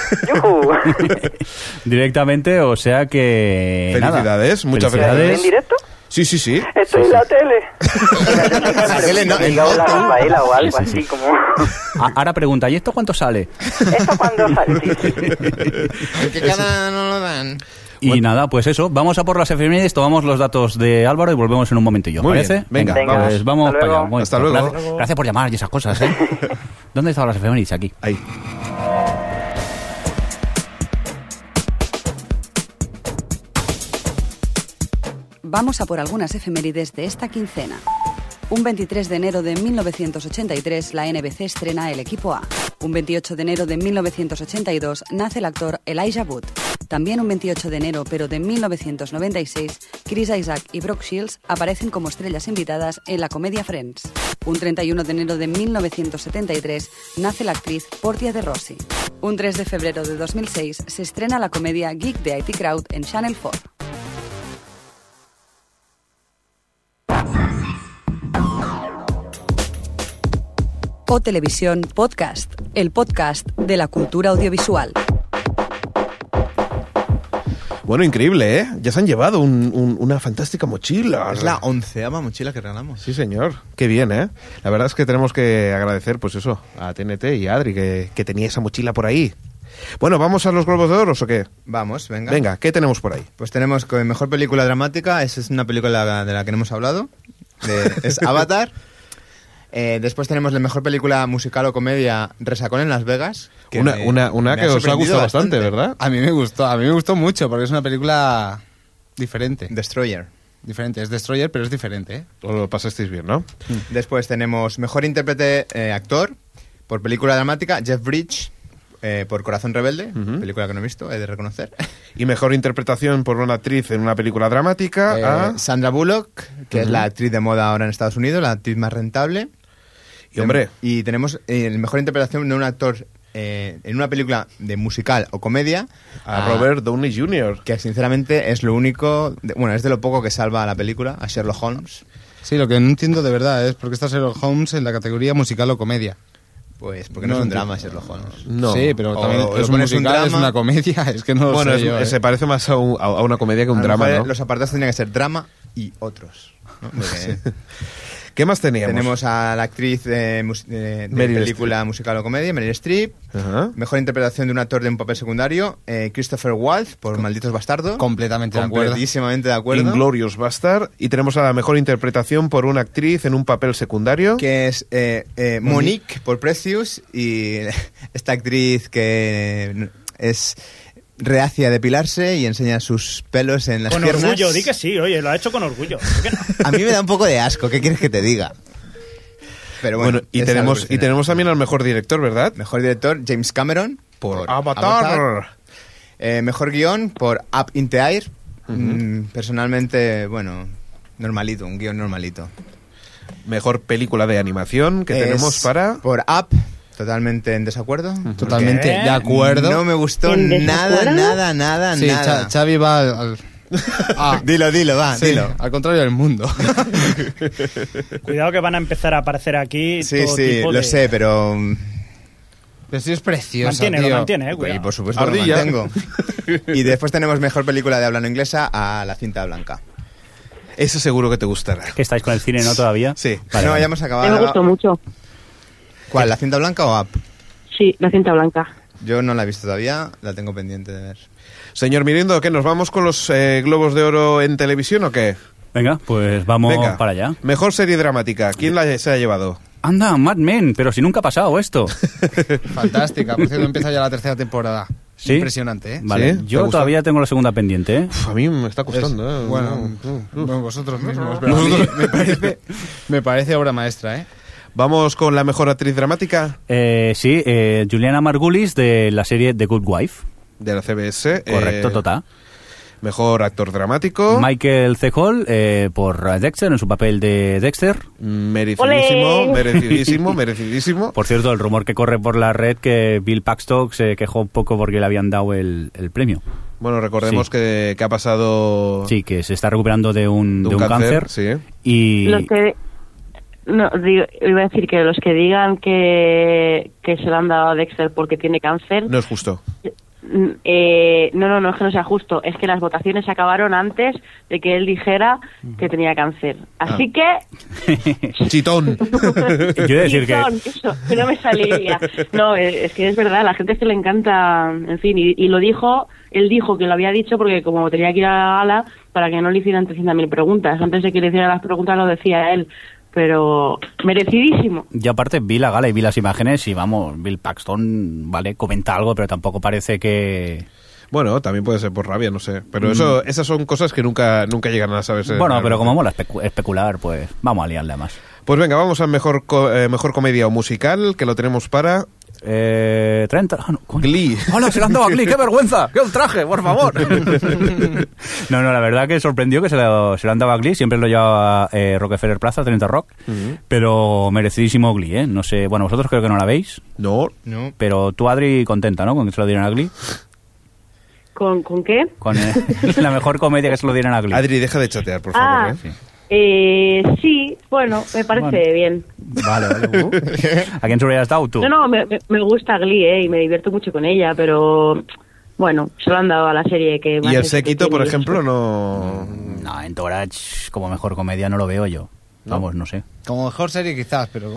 Directamente, o sea que... Felicidades, muchas felicidades. ¿En directo? Sí. Estoy en la tele. La tele no. La o algo así como... Ahora pregunta, ¿y esto cuánto sale? ¿Esto cuándo sale? Sí. ¿En qué canal no lo dan? Y nada, pues eso, vamos a por las efemérides, tomamos los datos de Álvaro y volvemos en un momentillo, Muy ¿parece? bien. Venga, pues vamos Hasta para allá. luego. Bueno, Hasta luego. Gracias por llamar y esas cosas, ¿eh? ¿Dónde estaban las efemérides? Aquí. Ahí. Vamos a por algunas efemérides de esta quincena. Un 23 de enero de 1983, la NBC estrena El Equipo A. Un 28 de enero de 1982, nace el actor Elijah Wood. También un 28 de enero, pero de 1996, Chris Isaac y Brooke Shields aparecen como estrellas invitadas en la comedia Friends. Un 31 de enero de 1973, nace la actriz Portia de Rossi. Un 3 de febrero de 2006, se estrena la comedia Geek de IT Crowd en Channel 4. O Televisión Podcast, el podcast de la cultura audiovisual. Bueno, increíble, ¿eh? Ya se han llevado una fantástica mochila. Es la 11ª mochila que regalamos. Sí, señor. Qué bien, ¿eh? La verdad es que tenemos que agradecer, pues eso, a TNT y a Adri, que tenía esa mochila por ahí. Bueno, ¿vamos a los Globos de Oro o qué? Vamos, venga. Venga, ¿qué tenemos por ahí? Pues tenemos que mejor película dramática, esa es una película de la que no hemos hablado, es Avatar. Después tenemos la mejor película musical o comedia, Resacón en Las Vegas. Que una me que os ha gustado bastante, bastante, ¿verdad? A mí me gustó mucho porque es una película diferente. Destroyer. Diferente, es Destroyer, pero es diferente, ¿eh? Os lo pasasteis bien, ¿no? Después tenemos mejor intérprete actor por película dramática, Jeff Bridges por Corazón Rebelde, película que no he visto, he de reconocer. Y mejor interpretación por una actriz en una película dramática Sandra Bullock, que es la actriz de moda ahora en Estados Unidos, la actriz más rentable. Y hombre, Y tenemos mejor interpretación de un actor en una película de musical o comedia a Robert Downey Jr. que sinceramente es lo único, es de lo poco que salva a la película, a Sherlock Holmes. Sí, lo que no entiendo de verdad es por qué está Sherlock Holmes en la categoría musical o comedia. Pues porque no es un drama Sherlock Holmes. No. Sí, pero también O es lo un pones un musical, drama. es una comedia, es que no lo Bueno, sé yo, se parece más a una comedia que un A lo drama, mejor ¿no? Los apartados tendrían que ser drama y otros, ¿no? Porque ¿Qué más teníamos? tenemos a la actriz de Meryl película musical o comedia, Meryl Streep. Ajá. Mejor interpretación de un actor de un papel secundario, Christopher Waltz por Malditos Bastardos. completamente de acuerdo. Completísimamente de acuerdo. Inglorious Bastard. Y tenemos a la mejor interpretación por una actriz en un papel secundario. Que es Monique por Precious, y esta actriz que es reacia a depilarse y enseña sus pelos en las Con piernas. orgullo, di que sí, oye, lo ha hecho con orgullo. ¿Por qué no? A mí me da un poco de asco, ¿qué quieres que te diga? Pero bueno, y es algo tenemos original. tenemos también al mejor director, ¿verdad? Mejor director, James Cameron Por Avatar. Mejor guión por Up in the Air. Personalmente, bueno, normalito, un guión normalito. Mejor película de animación que tenemos para... Por Up, totalmente en desacuerdo. Totalmente ¿Qué? de acuerdo. No me gustó ¿En nada, desacuerdo? nada. Sí, Xavi va Dilo, va, sí, dilo. al contrario del mundo. Cuidado que van a empezar a aparecer aquí Sí, todo sí, tipo lo de... sé, pero... Pero sí es preciosa, Mantiene, tío. lo mantiene, Y cuidado. por supuesto Ardilla. lo mantengo. Y después tenemos mejor película de habla no inglesa, a La cinta blanca. Ese seguro que te gustará. ¿Que estáis con el cine, no, todavía? Sí. Vale, No, vale. ya hemos A mí acabado. me gustó mucho. ¿Cuál, La cinta blanca o Up? Sí, La cinta blanca. Yo no la he visto todavía, la tengo pendiente de ver. Señor Mirindo, ¿qué? ¿Nos vamos con los Globos de Oro en televisión o qué? Venga, pues vamos Venga. para allá. Mejor serie dramática. ¿Quién se ha llevado? Anda, Mad Men, pero si nunca ha pasado esto. Fantástica, por cierto, empieza ya la tercera temporada. ¿Sí? Impresionante, ¿eh? Vale, ¿Sí? ¿Te yo gusta? todavía tengo la segunda pendiente, ¿eh? Uf, a mí me está costando, ¿eh? Bueno, vosotros mismos, pero a mí me parece obra maestra, ¿eh? Vamos con la mejor actriz dramática Sí, Juliana Margulis de la serie The Good Wife. de la CBS. Correcto, total. Mejor actor dramático. Michael C. Hall por Dexter, en su papel de Dexter. Merecidísimo, ¡Olé! merecidísimo. Por cierto, el rumor que corre por la red que Bill Paxton se quejó un poco porque le habían dado el premio. Bueno, recordemos Sí. que ha pasado Sí, que se está recuperando de un cáncer. Sí. Y Los que... No, iba a decir que los que digan que se le han dado a Dexter porque tiene cáncer, No es justo. No, es que no sea justo. Es que las votaciones acabaron antes de que él dijera que tenía cáncer. Así que... Chitón. Quiero decir Eso, que no me salía. No, es que es verdad, la gente es que le encanta, en fin, y lo dijo, él dijo que lo había dicho porque como tenía que ir a la gala, para que no le hicieran 300.000 preguntas. Antes de que le hicieran las preguntas lo decía él. Pero merecidísimo. Yo aparte vi la gala y vi las imágenes y vamos, Bill Paxton, vale, comenta algo, pero tampoco parece que... Bueno, también puede ser por rabia, no sé. Pero esas son cosas que nunca llegan a saberse. Bueno, pero como mola especular, pues vamos a liarle más. Pues venga, vamos al mejor comedia o musical, que lo tenemos para... 30... Glee. ¡Hola, se le han dado a Glee! ¡Qué vergüenza! ¡Qué ultraje, por favor! No, la verdad que sorprendió que se lo han dado a Glee. Siempre lo llevaba Rockefeller Plaza, 30 Rock. Pero merecidísimo Glee, ¿eh? No sé, bueno, vosotros creo que no la veis. No. Pero tú, Adri, contenta, ¿no? Con que se lo dieran a Glee. ¿Con qué? Con la mejor comedia que se lo dieran a Glee. Adri, deja de chatear, por favor. Sí. Sí, bueno, me parece bien. Vale. ¿A quién se hubieras dado tú? No, me gusta Glee, y me divierto mucho con ella, pero bueno, se lo han dado a la serie que más... ¿Y el séquito, por ejemplo, no...? No, en Torach como mejor comedia no lo veo yo. Vamos, no sé. Como mejor serie quizás, pero...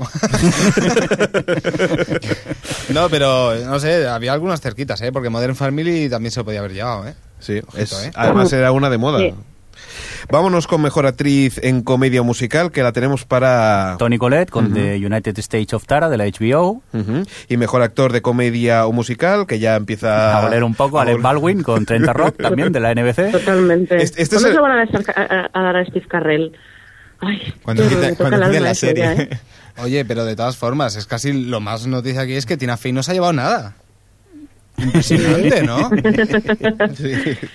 No, pero no sé, había algunas cerquitas, porque Modern Family también se lo podía haber llevado, Sí, ojito, además era una de moda. Sí. Vámonos con mejor actriz en comedia musical, que la tenemos para... Toni Collette, con The United States of Tara, de la HBO. Y mejor actor de comedia o musical, que ya empieza... A oler un poco, Alec Baldwin, con 30 Rock, también, de la NBC. Totalmente. ¿Cuándo se van a dar a Steve Carell? Ay, cuando quite la serie. Oye, pero de todas formas, es casi lo más noticia aquí es que Tina Fey no se ha llevado nada. Impresionante, ¿no? Sí.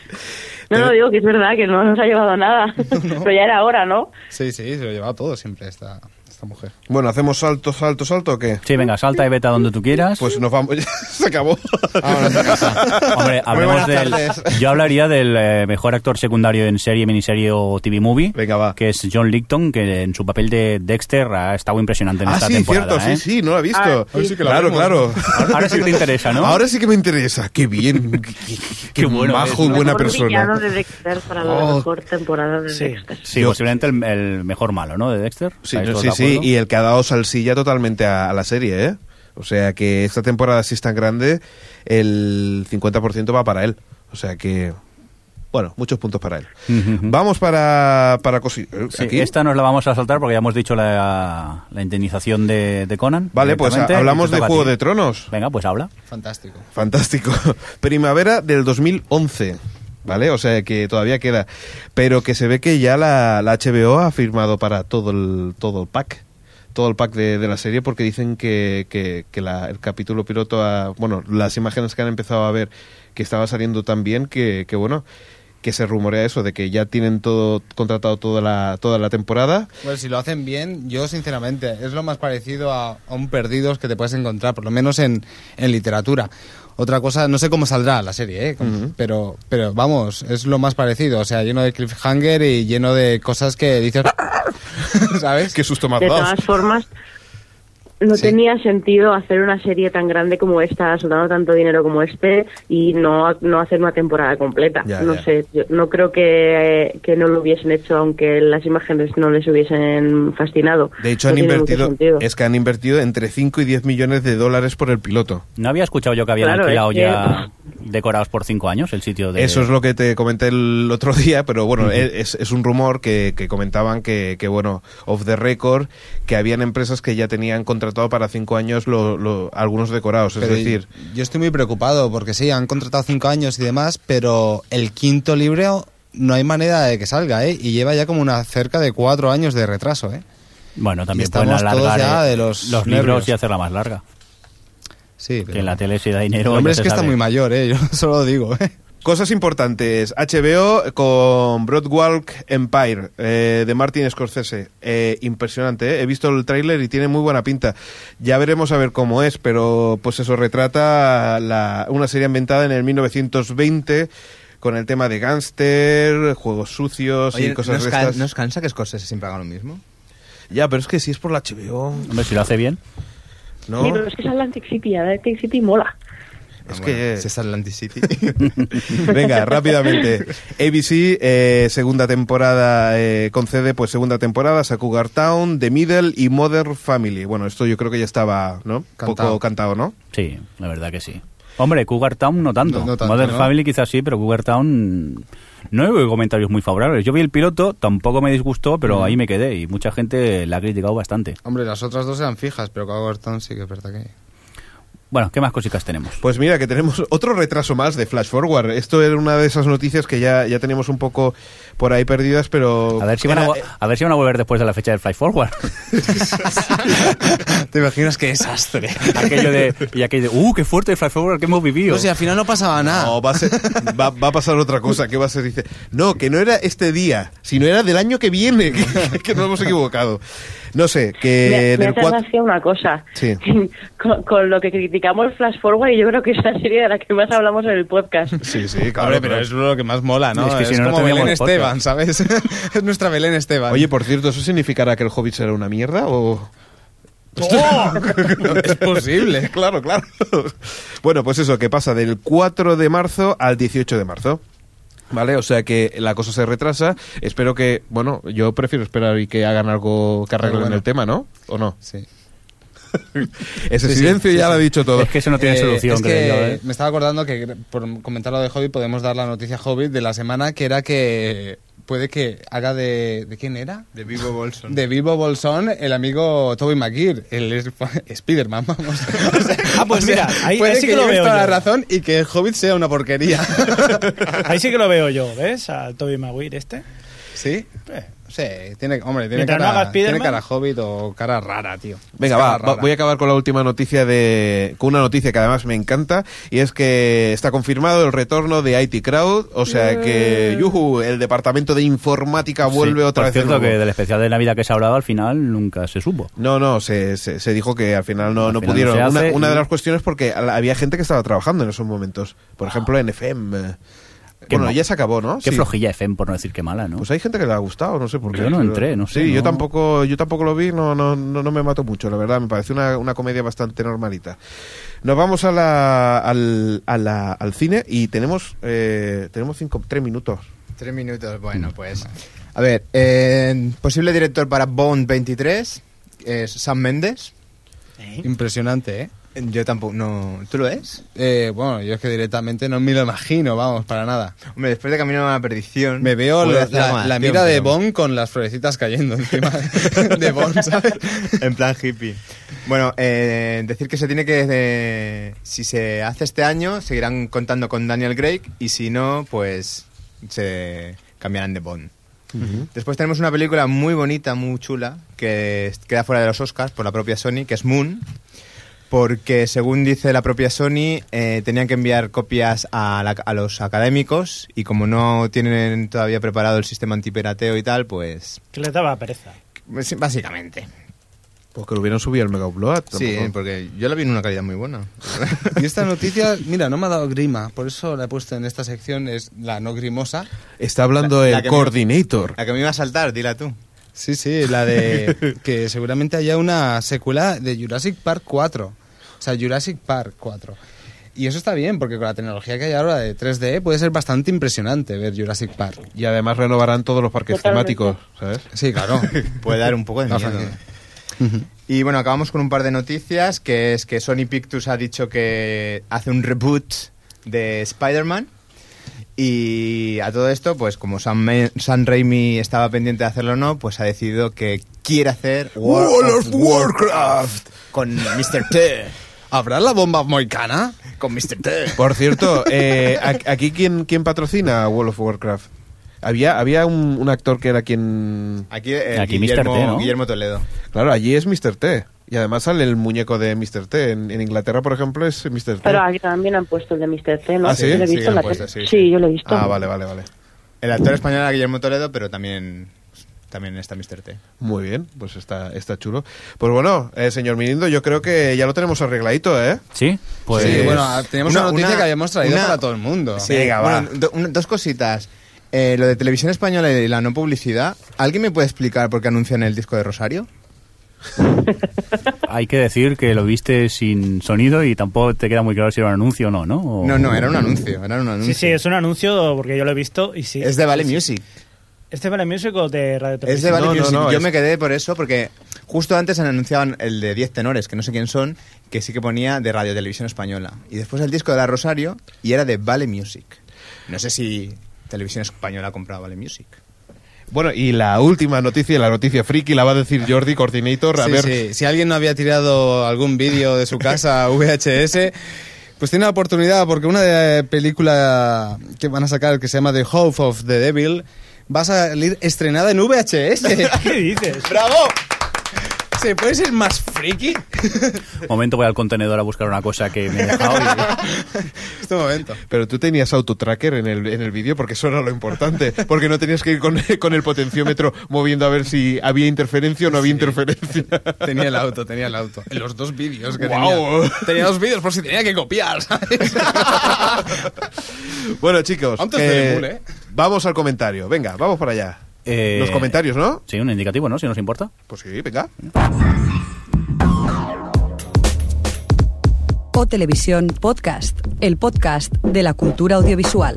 No, digo que es verdad que no nos ha llevado nada. No. Pero ya era hora, ¿no? Sí, se lo llevaba todo siempre esta mujer. Bueno, ¿hacemos salto o qué? Sí, venga, salta y vete a donde tú quieras. Pues nos vamos, se acabó. Vámonos a casa. Hombre, hablemos yo hablaría del mejor actor secundario en serie, miniserie o TV movie. Venga, va. Que es John Lithgow, que en su papel de Dexter ha estado impresionante en esta temporada. Cierto, sí, no lo he visto. Sí que claro. Ahora sí te interesa, ¿no? Ahora sí que me interesa. Qué bien. Qué bueno, majo y buena persona. El de Dexter para la mejor temporada de Dexter. Sí, posiblemente el mejor malo, ¿no? De Dexter. Sí, y el que ha dado salsilla totalmente a la serie, ¿eh? O sea que esta temporada, si es tan grande, el 50% va para él. O sea que, bueno, muchos puntos para él. Vamos para aquí. Esta nos la vamos a saltar porque ya hemos dicho la indemnización de Conan. Vale, pues hablamos de Juego de Tronos. Venga, pues habla. Fantástico. Primavera del 2011. ¿Vale? O sea que todavía queda. Pero que se ve que ya la HBO ha firmado para todo el pack. Todo el pack de la serie, porque dicen que el capítulo piloto bueno, las imágenes que han empezado a ver que estaba saliendo tan bien que bueno, que se rumorea eso, de que ya tienen todo contratado toda la temporada. Bueno, si lo hacen bien, yo sinceramente, es lo más parecido a un Perdidos que te puedes encontrar, por lo menos en literatura. Otra cosa, no sé cómo saldrá la serie, pero vamos, es lo más parecido, o sea, lleno de cliffhanger y lleno de cosas que dices... ¿Sabes? Qué susto más de todas formas, no tenía sentido hacer una serie tan grande como esta, soltando tanto dinero como y no hacer una temporada completa. No sé, yo no creo que no lo hubiesen hecho, aunque las imágenes no les hubiesen fascinado. De hecho, han invertido entre 5 y 10 millones de dólares por el piloto. No había escuchado yo que habían alquilado ya decorados por 5 años el sitio de... Eso es lo que te comenté el otro día, pero bueno, es un rumor que comentaban que bueno, off the record, que habían empresas que ya tenían contratado para 5 años algunos decorados, es decir... Yo estoy muy preocupado porque sí, han contratado 5 años y demás, pero el quinto libro no hay manera de que salga, y lleva ya como cerca de 4 años de retraso, Bueno, también pueden alargar ya de los libros y hacerla más larga. Sí, pero... Que en la tele se da dinero... El hombre es que está muy mayor, yo solo digo, Cosas importantes. HBO con Broadwalk Empire, de Martin Scorsese. Impresionante, He visto el tráiler y tiene muy buena pinta. Ya veremos a ver cómo es, pero pues eso retrata una serie ambientada en el 1920 con el tema de gángster, juegos sucios y cosas de estas. ¿No os cansa que Scorsese siempre haga lo mismo? Ya, pero es que si es por la HBO... Hombre, si lo hace bien. ¿No? Sí, pero es que es Atlantic City, Atlantic City mola. que... Si es Atlantic City. Venga, rápidamente. ABC, segunda temporada, concede pues segunda temporada, Cougar Town, The Middle y Modern Family. Bueno, esto yo creo que ya estaba, ¿no? Poco cantado, ¿no? Sí, la verdad que sí. Hombre, Cougar Town no tanto. No tanto, Modern ¿no? Family quizás sí, pero Cougar Town no he oído comentarios muy favorables. Yo vi el piloto, tampoco me disgustó, pero ahí me quedé y mucha gente la ha criticado bastante. Hombre, las otras dos eran fijas, pero Cougar Town sí que es verdad que... Bueno, ¿qué más cositas tenemos? Pues mira, que tenemos otro retraso más de Flash Forward. Esto era una de esas noticias que ya teníamos un poco por ahí perdidas, pero... A ver si van a volver después de la fecha del Flash Forward. ¿Te imaginas qué desastre? aquello de qué fuerte el Flash Forward que hemos vivido. No sé, al final no pasaba nada. No, va a pasar otra cosa. ¿Qué va a ser? Dice, no, que no era este día, sino era del año que viene, que nos hemos equivocado. No sé, que... Me hace gracia una cosa. Sí. Con lo que criticamos Flash Forward, y yo creo que es la serie de la que más hablamos en el podcast. Sí, claro. Hombre, pero es lo que más mola, ¿no? Es que si no, como no Belén tendríamos Esteban, ¿sabes? Es nuestra Belén Esteban. Oye, por cierto, ¿eso significará que el Hobbit será una mierda o...? Es posible. Claro. Bueno, pues eso, que pasa del 4 de marzo al 18 de marzo. ¿Vale? O sea que la cosa se retrasa. Espero que... Bueno, yo prefiero esperar y que hagan algo que arreglen el tema, ¿no? ¿O no? Sí. Ese silencio ya lo ha dicho todo. Es que eso no tiene solución, es creo que yo, ¿eh? me estaba acordando que por comentar lo de Hobbit podemos dar la noticia Hobbit de la semana, que era que puede que haga ¿de quién era? De Bilbo Bolsón. De Bilbo Bolsón, el amigo Tobey Maguire, el Spider-Man, vamos. O sea, pues mira, ahí puede sí que lo lleves veo toda la yo. razón y que el Hobbit sea una porquería. Ahí sí que lo veo yo, ¿ves? A Tobey Maguire este. ¿Sí? Sí, tiene Mientras no haga cara, Spiderman. tiene cara Hobbit o cara rara, tío. Venga, Es cara rara. voy a acabar con la última noticia con una noticia que además me encanta, y es que está confirmado el retorno de IT Crowd, o sea que el departamento de informática vuelve otra vez. Por cierto, de nuevo. que del especial de Navidad que se hablaba al final nunca se supo. No, se dijo que al final no final pudieron. no se hace Una de y- las cuestiones porque había gente que estaba trabajando en esos momentos. Por ejemplo, en FM. Bueno, ya se acabó, ¿no? Qué Sí. flojilla FM, por no decir que mala, ¿no? Pues hay gente que le ha gustado, no sé por qué. Yo no pero- entré, no sé, Sí, no. yo tampoco lo vi, no me mató mucho, la verdad. Me parece una comedia bastante normalita. Nos vamos al cine y tenemos 3 minutos. 3 minutos, bueno, pues... A ver, posible director para Bond 23 es Sam Mendes. Impresionante, ¿eh? Yo tampoco, no... ¿Tú lo ves? Bueno, yo es que directamente no me lo imagino, vamos, para nada. Hombre, después de Camino a la Perdición... Me veo puede hacer algo la más, mira de pero- Bond con las florecitas cayendo encima de Bond, ¿sabes? En plan hippie. Bueno, decir que se tiene que... si se hace este año, seguirán contando con Daniel Craig, y si no, pues se cambiarán de Bond. Después tenemos una película muy bonita, muy chula, que queda fuera de los Oscars por la propia Sony, que es Moon, porque según dice la propia Sony, tenían que enviar copias a los académicos, y como no tienen todavía preparado el sistema antipirateo y tal, pues Que les daba pereza. básicamente. Pues que lo hubieran subido al Mega Upload. Sí, tampoco. porque yo la vi en una calidad muy buena. Y esta noticia, mira, no me ha dado grima, por eso la he puesto en esta sección, es la no grimosa. Está hablando La el que coordinator. La que me iba a saltar, dila tú. Sí, la de que seguramente haya una secuela de Jurassic Park 4. O sea, Jurassic Park 4. Y eso está bien, porque con la tecnología que hay ahora de 3D puede ser bastante impresionante ver Jurassic Park. Y además renovarán todos los parques Totalmente. temáticos, ¿sabes? Sí, claro. Puede dar un poco de miedo. Y bueno, acabamos con un par de noticias, que es que Sony Pictures ha dicho que hace un reboot de Spider-Man. Y a todo esto, pues como Sam Raimi estaba pendiente de hacerlo o no, pues ha decidido que quiere hacer World of Warcraft. con Mr. T. ¿Habrá la bomba moicana? Con Mr. T. Por cierto, aquí ¿quién patrocina World of Warcraft? Había un actor que era quien... Aquí, Aquí Guillermo, Mr. T, ¿no? Guillermo Toledo. Claro, allí es Mr. T. Y además sale el muñeco de Mr. T. En Inglaterra, por ejemplo, es Mr. T. Pero aquí también han puesto el de Mr. T, ¿no? ¿Ah, sí? Yo lo he Sí, visto lo en la han puesto, tele. sí, sí. Yo lo he visto. Ah, vale. El actor español era Guillermo Toledo, pero también está Mr. T. Muy bien, pues está chulo. Pues bueno, señor Mirindo, yo creo que ya lo tenemos arregladito, ¿eh? ¿Sí? Pues... Sí, bueno, tenemos una noticia que habíamos traído una- para todo el mundo. Sí, Venga, bueno, va. dos cositas. Lo de Televisión Española y la no publicidad. ¿Alguien me puede explicar por qué anuncian el disco de Rosario? Hay que decir que lo viste sin sonido y tampoco te queda muy claro si era un anuncio o no, ¿no? O... No, era un anuncio, Sí, es un anuncio porque yo lo he visto y sí. Es de Vale Music. ¿Es de Vale Music o de Radio Televisión? Es de Vale Music. Yo me quedé por eso porque justo antes han anunciado el de 10 tenores, que no sé quién son, que sí que ponía de Radio Televisión Española. Y después el disco de la Rosario y era de Vale Music. No sé si Televisión Española ha comprado Vale Music. Bueno, y la última noticia, la noticia friki, la va a decir Jordi, Coordinator. A ver. Sí. Si alguien no había tirado algún vídeo de su casa VHS, pues tiene la oportunidad, porque una película que van a sacar que se llama The House of the Devil va a salir estrenada en VHS. ¿Qué dices? ¡Bravo! ¿Se puede ser más friki? Momento, voy al contenedor a buscar una cosa que me he dejado. Este momento. Pero tú tenías autotracker en el vídeo, porque eso era lo importante. Porque no tenías que ir con el potenciómetro moviendo a ver si había interferencia o no había interferencia. Tenía el auto. En los 2 vídeos que tenía. Tenía 2 vídeos por si tenía que copiar, ¿sabes? Bueno, chicos, antes de Bull, vamos al comentario. Venga, vamos para allá. Los comentarios, ¿no? Sí, un indicativo, ¿no? Si nos importa. Pues sí, venga. O Televisión Podcast, el podcast de la cultura audiovisual.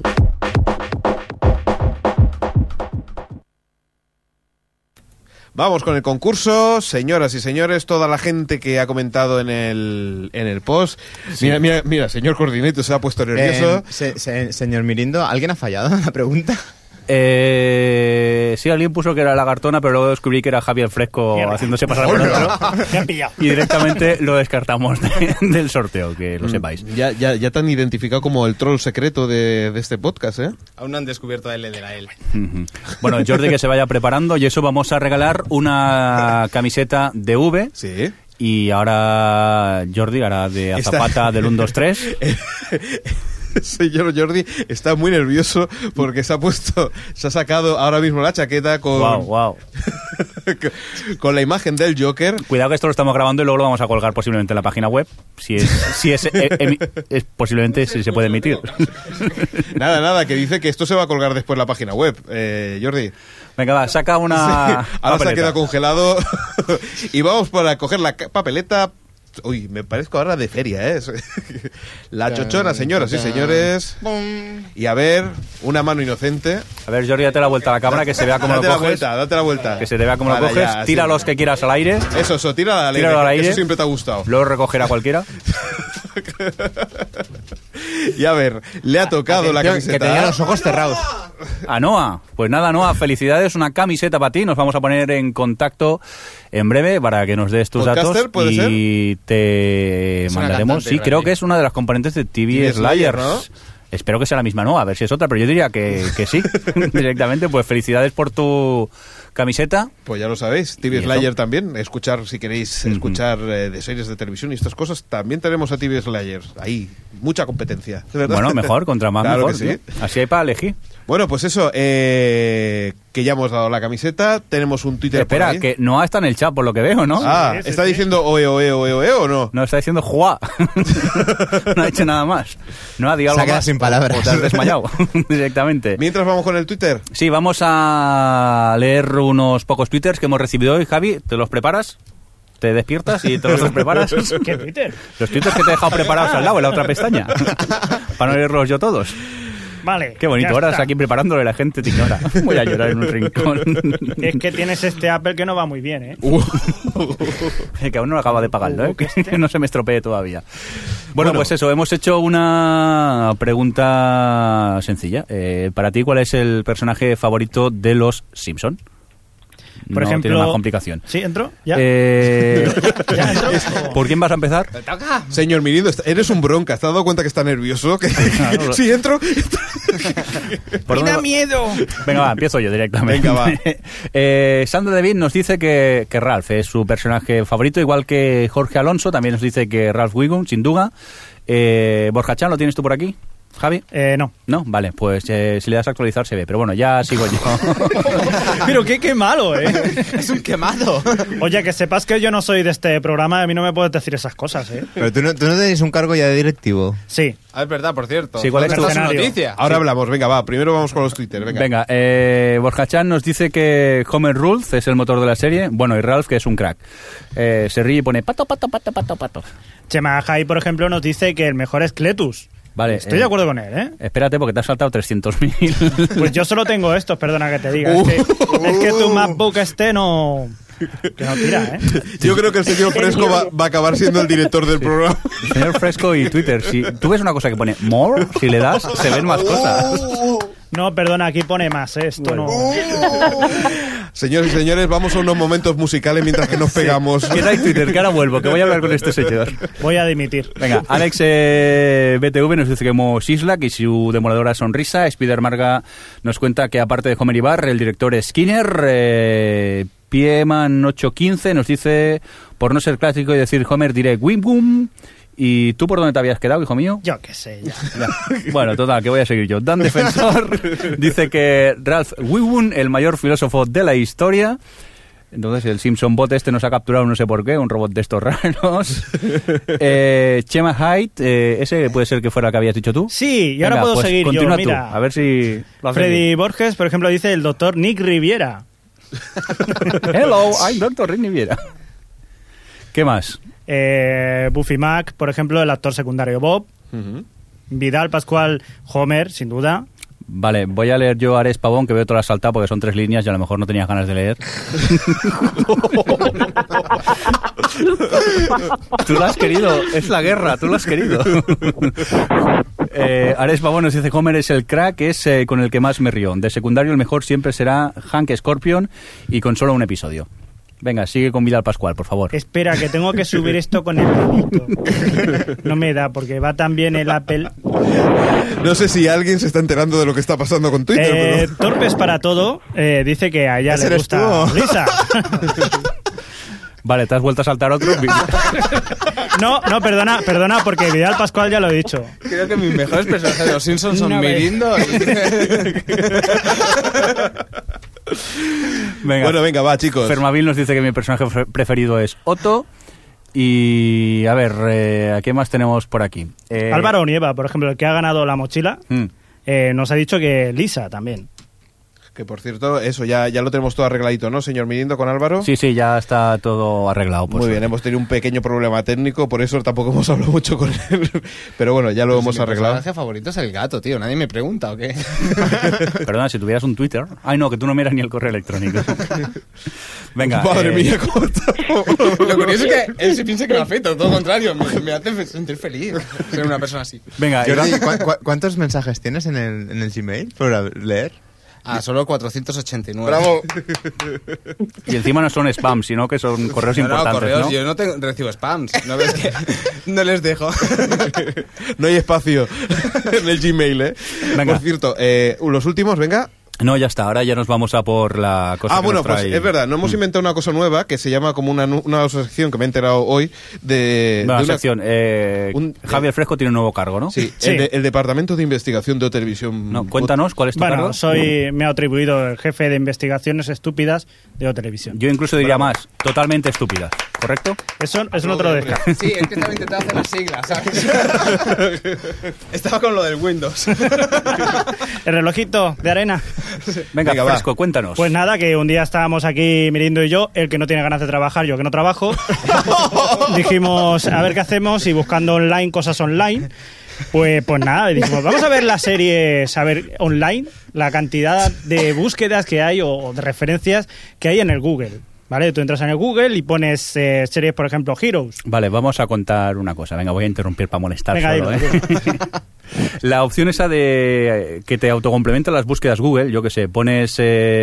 Vamos con el concurso, señoras y señores, toda la gente que ha comentado en el post. Sí. Mira, señor Coordinator se ha puesto nervioso. Señor Mirindo, ¿alguien ha fallado en la pregunta? Sí, alguien puso que era Lagartona, pero luego descubrí que era Javier Fresco haciéndose pasar por otro. Me han pillado. Y directamente lo descartamos del sorteo, que lo sepáis. Ya te han identificado como el troll secreto de este podcast, ¿eh? Aún no han descubierto a L de la L. Bueno, Jordi, que se vaya preparando, y eso vamos a regalar una camiseta de V. Sí. Y ahora Jordi hará de azafata del 1, 2, 3. Señor Jordi está muy nervioso porque se ha sacado ahora mismo la chaqueta con wow. con la imagen del Joker. Cuidado que esto lo estamos grabando y luego lo vamos a colgar posiblemente en la página web, si es posiblemente si se puede emitir. Nada, que dice que esto se va a colgar después en la página web, Jordi. Venga, va, saca una ahora papeleta. Se ha quedado congelado y vamos para coger la papeleta. Uy, me parezco ahora de feria, ¿eh? La chochona, señoras y señores. Y a ver, una mano inocente. A ver, Jordi, date la vuelta a la cámara, que se vea cómo lo coges. Date la vuelta. Que se te vea cómo lo coges. Ya, tira los que quieras al aire. Eso, tíralo al aire. Eso siempre te ha gustado. Luego recogerá cualquiera. Y a ver, le ha tocado la camiseta. Que tenía los ojos cerrados. A Noa. Pues nada, Noa, felicidades, una camiseta para ti. Nos vamos a poner en contacto en breve para que nos des tus datos y te mandaremos. Sí, creo que es una de las componentes de TV Slayers, ¿no? Espero que sea la misma, ¿no? A ver si es otra, pero yo diría que sí. Directamente, pues felicidades por tu camiseta. Pues ya lo sabéis, TV Slayer también. Escuchar, si queréis escuchar de series de televisión y estas cosas, también tenemos a TV Slayer. Ahí, mucha competencia. Bueno, mejor, contra más claro mejor. Que sí. Así hay para elegir. Bueno, pues eso, que ya hemos dado la camiseta, tenemos un Twitter. Espera, por ahí. que Noah está en el chat por lo que veo, ¿no? Ah, sí, ¿está diciendo oe o no? No, está diciendo juá. No ha hecho nada más. Noah, diga algo se ha quedado más. sin palabras. O te has desmayado directamente. Mientras vamos con el Twitter. Sí, vamos a leer unos pocos twitters que hemos recibido hoy. Javi, ¿te los preparas? ¿Te despiertas y te los preparas? ¿Qué Twitter? Los twitters que te he dejado preparados al lado, en la otra pestaña. Para no leerlos yo todos. Vale. Qué bonito, ahora aquí preparándole, la gente te ignora. Voy a llorar en un rincón. Es que tienes este Apple que no va muy bien, ¿eh? Que aún no acaba de pagarlo, ¿eh? Que no se me estropee todavía. Bueno, pues eso, hemos hecho una pregunta sencilla. Para ti, ¿cuál es el personaje favorito de los Simpson? Por ejemplo, tiene más complicación. ¿Sí? ¿Entro? ¿Ya? ¿Ya entro? ¿Por quién vas a empezar? ¡Te toca! Señor Mirindo, eres un bronca. ¿Te has dado cuenta que está nervioso? Claro. Sí, entro. ¡Me da miedo! Venga, va, empiezo yo directamente. Venga, va. Sandra David nos dice que Ralph es su personaje favorito, igual que Jorge Alonso. También nos dice que Ralph Wiggum, sin duda. Borja Chan, ¿lo tienes tú por aquí? ¿Javi? No. ¿No? Vale, pues si le das a actualizar se ve. Pero bueno, ya sigo yo. Pero qué malo, ¿eh? Es un quemado. Oye, que sepas que yo no soy de este programa, a mí no me puedes decir esas cosas, ¿eh? Pero tú no tenéis un cargo ya de directivo. Sí. Ah, es verdad, por cierto. Sí, ¿cuál es tu noticia? Ahora hablamos, venga, va. Primero vamos con los Twitter, venga. Venga, Borja Chan nos dice que Homer Rules es el motor de la serie. Bueno, y Ralph, que es un crack. Se ríe y pone pato, pato, pato, pato, pato. Chema Jai, por ejemplo, nos dice que el mejor es Cletus. Vale. Estoy de acuerdo con él, ¿eh? Espérate, porque te has saltado 300.000. Pues yo solo tengo estos, perdona que te diga. Es que tu MacBook no... Que no tira, ¿eh? Yo creo que el señor Fresco va a acabar siendo el director del programa. Señor Fresco y Twitter, si tú ves una cosa que pone more, si le das, se ven más cosas. No, perdona, aquí pone más, ¿eh? Esto no... Señores y señores, vamos a unos momentos musicales mientras que nos pegamos. ¿Qué tal Twitter? Que ahora vuelvo, que voy a hablar con este señor. Voy a dimitir. Venga, Alex BTV nos dice que Mo Sislak y su demoledora sonrisa. Spider Marga nos cuenta que aparte de Homer y Bar, el director es Skinner. Pieman 815 nos dice, por no ser clásico y decir Homer, diré Wim Boom. ¿Y tú por dónde te habías quedado, hijo mío? Yo qué sé, ya. Bueno, total, que voy a seguir yo. Dan Defensor dice que Ralph Wiggum, el mayor filósofo de la historia. Entonces el Simpson bot este nos ha capturado, no sé por qué, un robot de estos raros. Chema Hyde, ese puede ser que fuera el que habías dicho tú. Sí, y ahora puedo pues seguir yo, mira. Tú, a ver si lo haces Freddy bien. Borges, por ejemplo, dice el doctor Nick Riviera. Hello, I'm Dr. Rick Riviera. ¿Qué más? Buffy Mac, por ejemplo, el actor secundario Bob. Vidal Pascual Homer, sin duda. Vale, voy a leer yo Ares Pavón, que veo todas saltadas porque son 3 líneas y a lo mejor no tenías ganas de leer. Tú lo has querido, es la guerra, tú lo has querido. Ares Pavón nos dice, Homer es el crack, es con el que más me río. De secundario el mejor siempre será Hank Scorpion y con solo un episodio. Venga, sigue con Vidal Pascual, por favor. Espera, que tengo que subir esto con el dedito. No me da, porque va también el Apple. No sé si alguien se está enterando de lo que está pasando con Twitter. Pero... Torpes para todo, dice que a ella le gusta Lisa. Vale, ¿te has vuelto a saltar otro? No, perdona, porque Vidal Pascual ya lo he dicho. Creo que mis mejores personajes de los Simpsons son Mirindo y... Venga. Bueno, venga, va, chicos. Fermaville nos dice que mi personaje preferido es Otto. Y a ver, ¿a qué más tenemos por aquí? Álvaro Nieva, por ejemplo, el que ha ganado la mochila, nos ha dicho que Lisa también. Que por cierto, eso ya lo tenemos todo arregladito, ¿no, señor Mirindo, con Álvaro? Sí, ya está todo arreglado. Muy bien, hemos tenido un pequeño problema técnico, por eso tampoco hemos hablado mucho con él. Pero bueno, ya lo hemos arreglado. Mi personaje favorito es el gato, tío. Nadie me pregunta, ¿o qué? Perdona, si tuvieras un Twitter... Ay, no, que tú no miras ni el correo electrónico. Venga. Madre mía, ¿cómo Lo curioso es que él se piensa que me afecta, todo lo contrario. Me hace sentir feliz ser una persona así. Venga, Jordi, ¿cuántos mensajes tienes en el Gmail por leer? Solo 489. ¡Bravo! Y encima no son spam, sino que son correos importantes, correos, ¿no? Yo no recibo spams. ¿No ves que no les dejo? No hay espacio en el Gmail, ¿eh? Venga. Por cierto, los últimos, venga... No, ya está, ahora ya nos vamos a por la cosa que bueno, nos trae. pues es verdad, no hemos inventado una cosa nueva que se llama como una sección que me he enterado hoy de una sección. Javier Fresco tiene un nuevo cargo, ¿no? Sí. El Departamento de Investigación de Televisión. No, cuéntanos, ¿cuál es tu cargo? Me ha atribuido el jefe de investigaciones estúpidas de Otelevisión. Yo incluso diría más, totalmente estúpidas, ¿correcto? Eso no te lo deja. Sí, es que estaba intentando hacer las siglas, ¿sabes? Estaba con lo del Windows. El relojito de arena. Venga, Fresco, cuéntanos. Pues nada, que un día estábamos aquí Mirindo y yo, el que no tiene ganas de trabajar, yo que no trabajo. Dijimos, a ver qué hacemos, y buscando online, cosas online. Pues nada, dijimos, vamos a ver las series, online, la cantidad de búsquedas que hay o de referencias que hay en el Google. ¿Vale? Tú entras en el Google y pones series, por ejemplo, Heroes. Vale, vamos a contar una cosa. Venga, voy a interrumpir para molestar. Venga, solo, La opción esa de que te autocomplementa las búsquedas Google, yo que sé, pones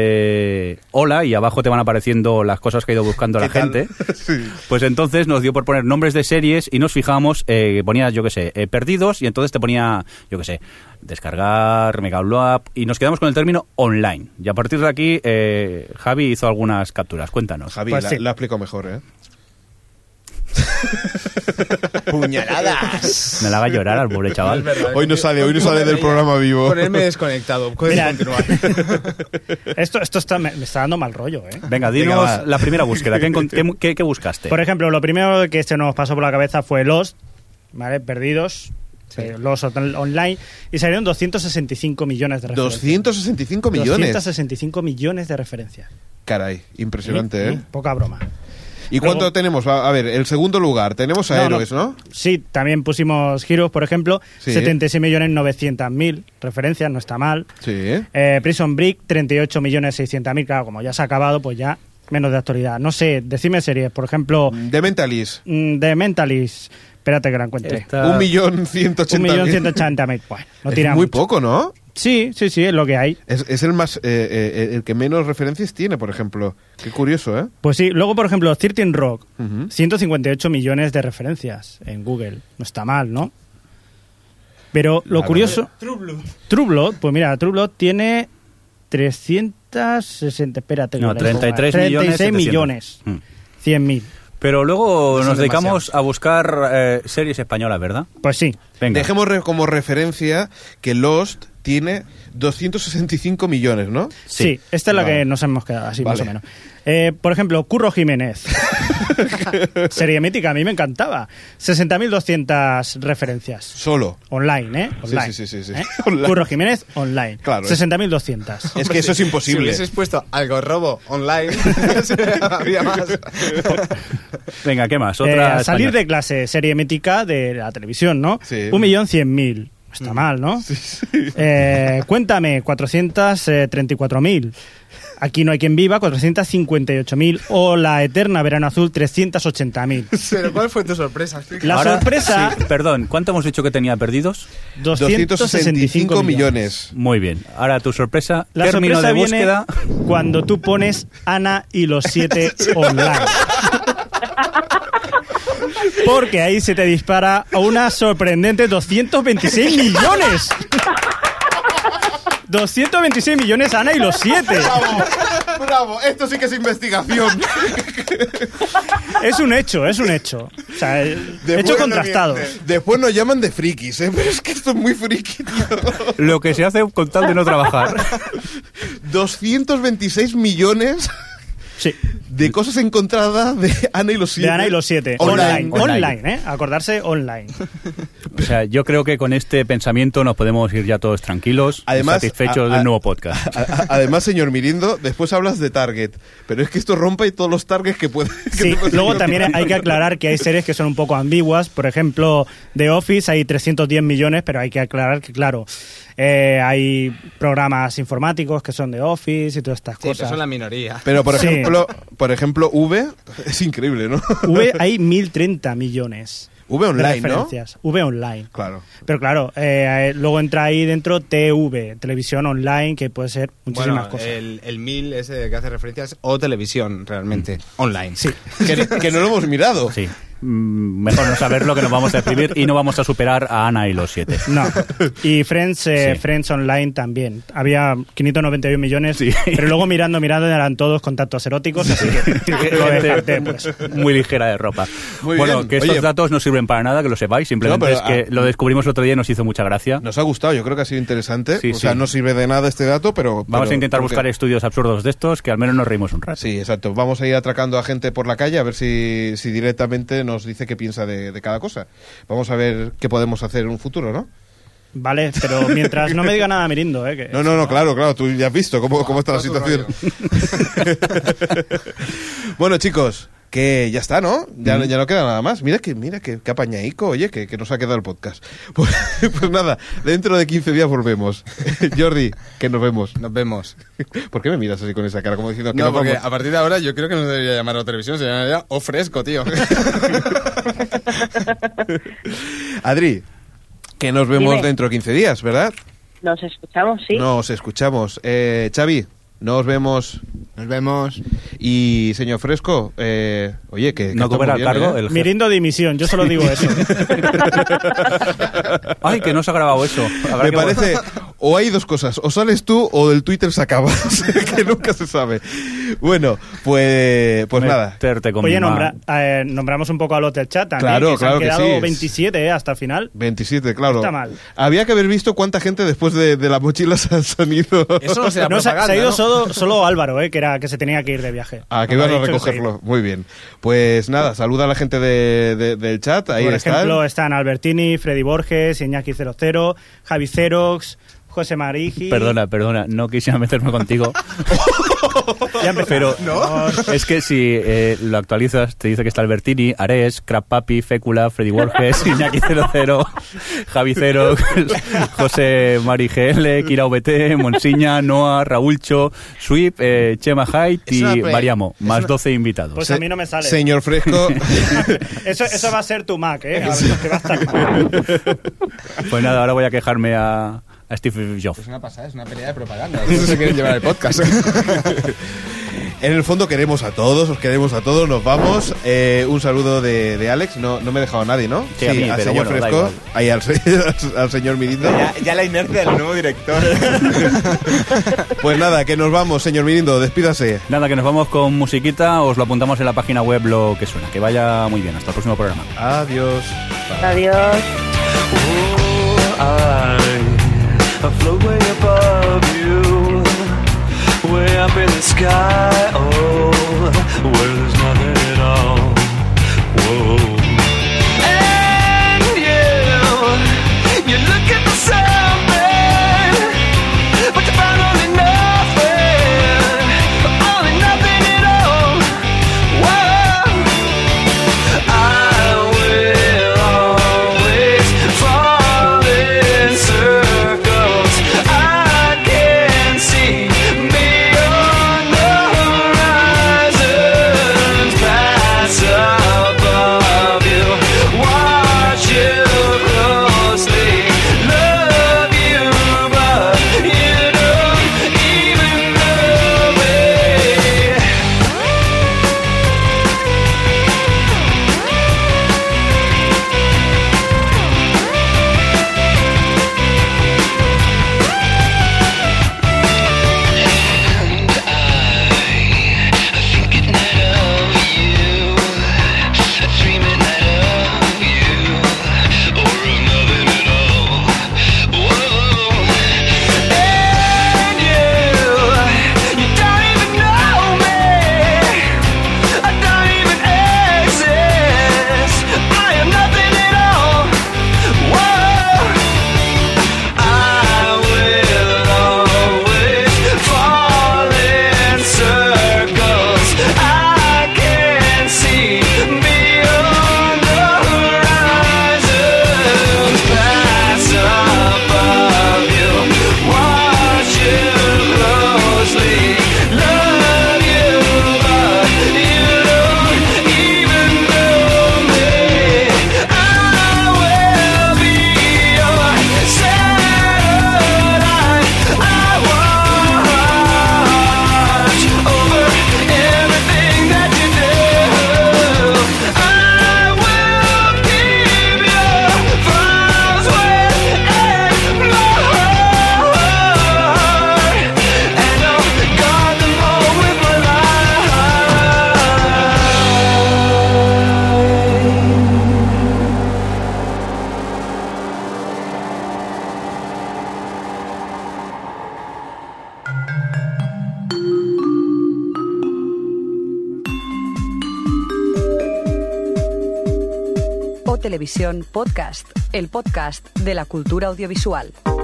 hola y abajo te van apareciendo las cosas que ha ido buscando la gente. Sí. Pues entonces nos dio por poner nombres de series y nos fijamos, ponías, yo que sé, perdidos, y entonces te ponía, yo que sé, descargar, Mega Upload, y nos quedamos con el término online. Y a partir de aquí, Javi hizo algunas capturas. Cuéntanos. Javi, Pues sí. la explico mejor, ¿eh? ¡Puñaladas! Me la haga llorar al pobre chaval. Hoy no sale del programa vivo. Ponerme desconectado. Puedes continuar. Esto me está dando mal rollo, ¿eh? Venga, dinos la primera búsqueda. ¿Qué buscaste? Por ejemplo, lo primero que se nos pasó por la cabeza fue Lost, ¿vale? Perdidos. Sí. Lost Online. Y salieron 265 millones de referencias. 265 millones. 265 millones de referencias. Caray, impresionante, ¿eh? Poca broma. ¿Y cuánto tenemos? A ver, el segundo lugar. Tenemos a Héroes, ¿no? Sí, también pusimos Heroes, por ejemplo. Sí. 76.900.000 referencias, no está mal. Sí. Prison Break, 38.600.000. Claro, como ya se ha acabado, pues ya menos de actualidad. No sé, decime series, por ejemplo... The Mentalist. Espérate que la encuentre. 1.180.000. Bueno, no tira muy mucho. poco, ¿no? Sí, es lo que hay. Es el más el que menos referencias tiene, por ejemplo. Qué curioso, ¿eh? Pues sí. Luego, por ejemplo, 13 Rock. 158 millones de referencias en Google. No está mal, ¿no? Pero lo curioso... True Blood. Pues mira, True Blood tiene 360... Espérate. No, 36 millones. 100.000. Pero luego nos dedicamos a buscar series españolas, ¿verdad? Pues sí. Venga. Dejemos como referencia que Lost tiene 265 millones, ¿no? Sí, esta es la que nos hemos quedado, así más o menos. Por ejemplo, Curro Jiménez. Serie mítica, a mí me encantaba. 60.200 referencias. Solo. Online, ¿eh? Online. Sí. Online. Curro Jiménez, online. Claro. 60.200. Es que eso es imposible. Si hubieses puesto algo robo online, habría más. Venga, ¿qué más? Salir de clase, serie mítica de la televisión, ¿no? Sí. 1.100.000. Está mal, ¿no? Sí. Cuéntame, 434.000. Aquí no hay quien viva, 458.000. O La Eterna Verano Azul, 380.000. Pero ¿cuál fue tu sorpresa? Sorpresa... Sí, perdón, ¿cuánto hemos dicho que tenía perdidos? 265 millones. Muy bien. Ahora tu sorpresa, la término sorpresa de búsqueda... viene cuando tú pones Ana y los 7 online. Porque ahí se te dispara a una sorprendente 226 millones. 226 millones, Ana y los 7. Bravo, esto sí que es investigación. Es un hecho. O sea, hechos contrastados. Después nos llaman de frikis, ¿eh? Pero es que esto es muy friki, tío. Lo que se hace con tal de no trabajar. 226 millones... Sí. De cosas encontradas de Ana y los 7. De Ana y los 7. Online, ¿eh? Acordarse online. O sea, yo creo que con este pensamiento nos podemos ir ya todos tranquilos, además, satisfechos del nuevo podcast. Además, señor Mirindo, después hablas de Target, pero es que esto rompe todos los targets que puede. Sí, luego también hay que aclarar que hay series que son un poco ambiguas. Por ejemplo, The Office hay 310 millones, pero hay que aclarar que, claro, hay programas informáticos que son de Office y todas estas cosas. Sí, son la minoría. Pero, por ejemplo, V es increíble, ¿no? V hay 1.030 millones. V online, referencias. ¿No? V online. Claro. Pero claro, luego entra ahí dentro TV, televisión online, que puede ser muchísimas cosas. El 1000 ese que hace referencias o televisión, realmente, online. Sí. Que no lo hemos mirado. Sí. Mejor no saberlo, que nos vamos a escribir y no vamos a superar a Ana y los 7. No. Y Friends Online también. Había 591 millones, sí. Pero luego mirando eran todos contactos eróticos, así que lo dejaste, pues. Muy ligera de ropa. Muy bueno, bien. Que estos datos no sirven para nada, que lo sepáis, simplemente es que lo descubrimos otro día y nos hizo mucha gracia. Nos ha gustado, yo creo que ha sido interesante. Sí, o sea, no sirve de nada este dato, pero... Vamos a intentar buscar estudios absurdos de estos, que al menos nos reímos un rato. Sí, exacto. Vamos a ir atracando a gente por la calle a ver si directamente nos dice qué piensa de cada cosa. Vamos a ver qué podemos hacer en un futuro, ¿no? Vale, pero mientras no me diga nada Mirindo, que No, claro, tú ya has visto cómo está la situación. Bueno, chicos, que ya está, ¿no? Ya no queda nada más. Mira que apañaico, oye, que nos ha quedado el podcast. Pues nada, dentro de 15 días volvemos. Jordi, que nos vemos. Nos vemos. ¿Por qué me miras así con esa cara? Como diciendo que no, porque vamos? A partir de ahora yo creo que no debería llamar a la televisión, se llamaría O Fresco, tío. Adri, que nos vemos dentro de 15 días, ¿verdad? Nos escuchamos, sí. Nos escuchamos. Xavi, nos vemos. Nos vemos. Y señor Fresco, oye, que no comerá el cargo. ¿eh? Mirindo dimisión, yo solo digo eso. Ay, que no se ha grabado eso. Me parece O hay dos cosas, o sales tú o del Twitter se acaba, que nunca se sabe. Bueno, pues nada. Oye, nombramos un poco al Hotel Chat también, claro, que se han quedado sí. 27 hasta el final. 27, claro. Está mal. Había que haber visto cuánta gente después de la mochila se han ido. Eso no será se propaganda, ha ido ¿no? solo Álvaro, que se tenía que ir de viaje. Que iban a recogerlo. Muy bien. Pues nada, saluda a la gente del chat. Ahí Por ejemplo, están Albertini, Freddy Borges, Iñaki00, Javi Xerox, José Marigi... Perdona, no quisiera meterme contigo. Ya empezó. Pero ¿no? Es que si lo actualizas, te dice que está Albertini, Ares, Crap Papi, Fécula, Freddy Borges, Iñaki00, Javi Cero, José Marigel, Kira VT, Monsiña, Noah, Raúlcho, Sweep, Chema Haidt y Mariamo, más 12 invitados. Pues a mí no me sale. Señor Fresco. eso va a ser tu Mac, A ver, que va a estar mal. Pues nada, ahora voy a quejarme a Steve Jobs. Es una pasada, es una pelea de propaganda. No se quieren llevar el podcast. En el fondo queremos a todos, os queremos a todos, nos vamos. Un saludo de Alex, no me he dejado a nadie, ¿no? Sí, a mí, al pero señor bueno, Fresco, ahí al señor Mirindo. Ya la inercia del nuevo director. Pues nada, que nos vamos, señor Mirindo, despídase. Nada, que nos vamos con musiquita, os lo apuntamos en la página web lo que suena. Que vaya muy bien, hasta el próximo programa. Adiós. Adiós. I float way above you, way up in the sky, oh, where there's nothing at all, whoa. And you look at the sun, man, but you find only nothing at all, whoa. I will always fall in circles. I can see beyond the horizons, pass above you, watch you closely, love you, but you don't even know me. O Televisión Podcast, el podcast de la cultura audiovisual.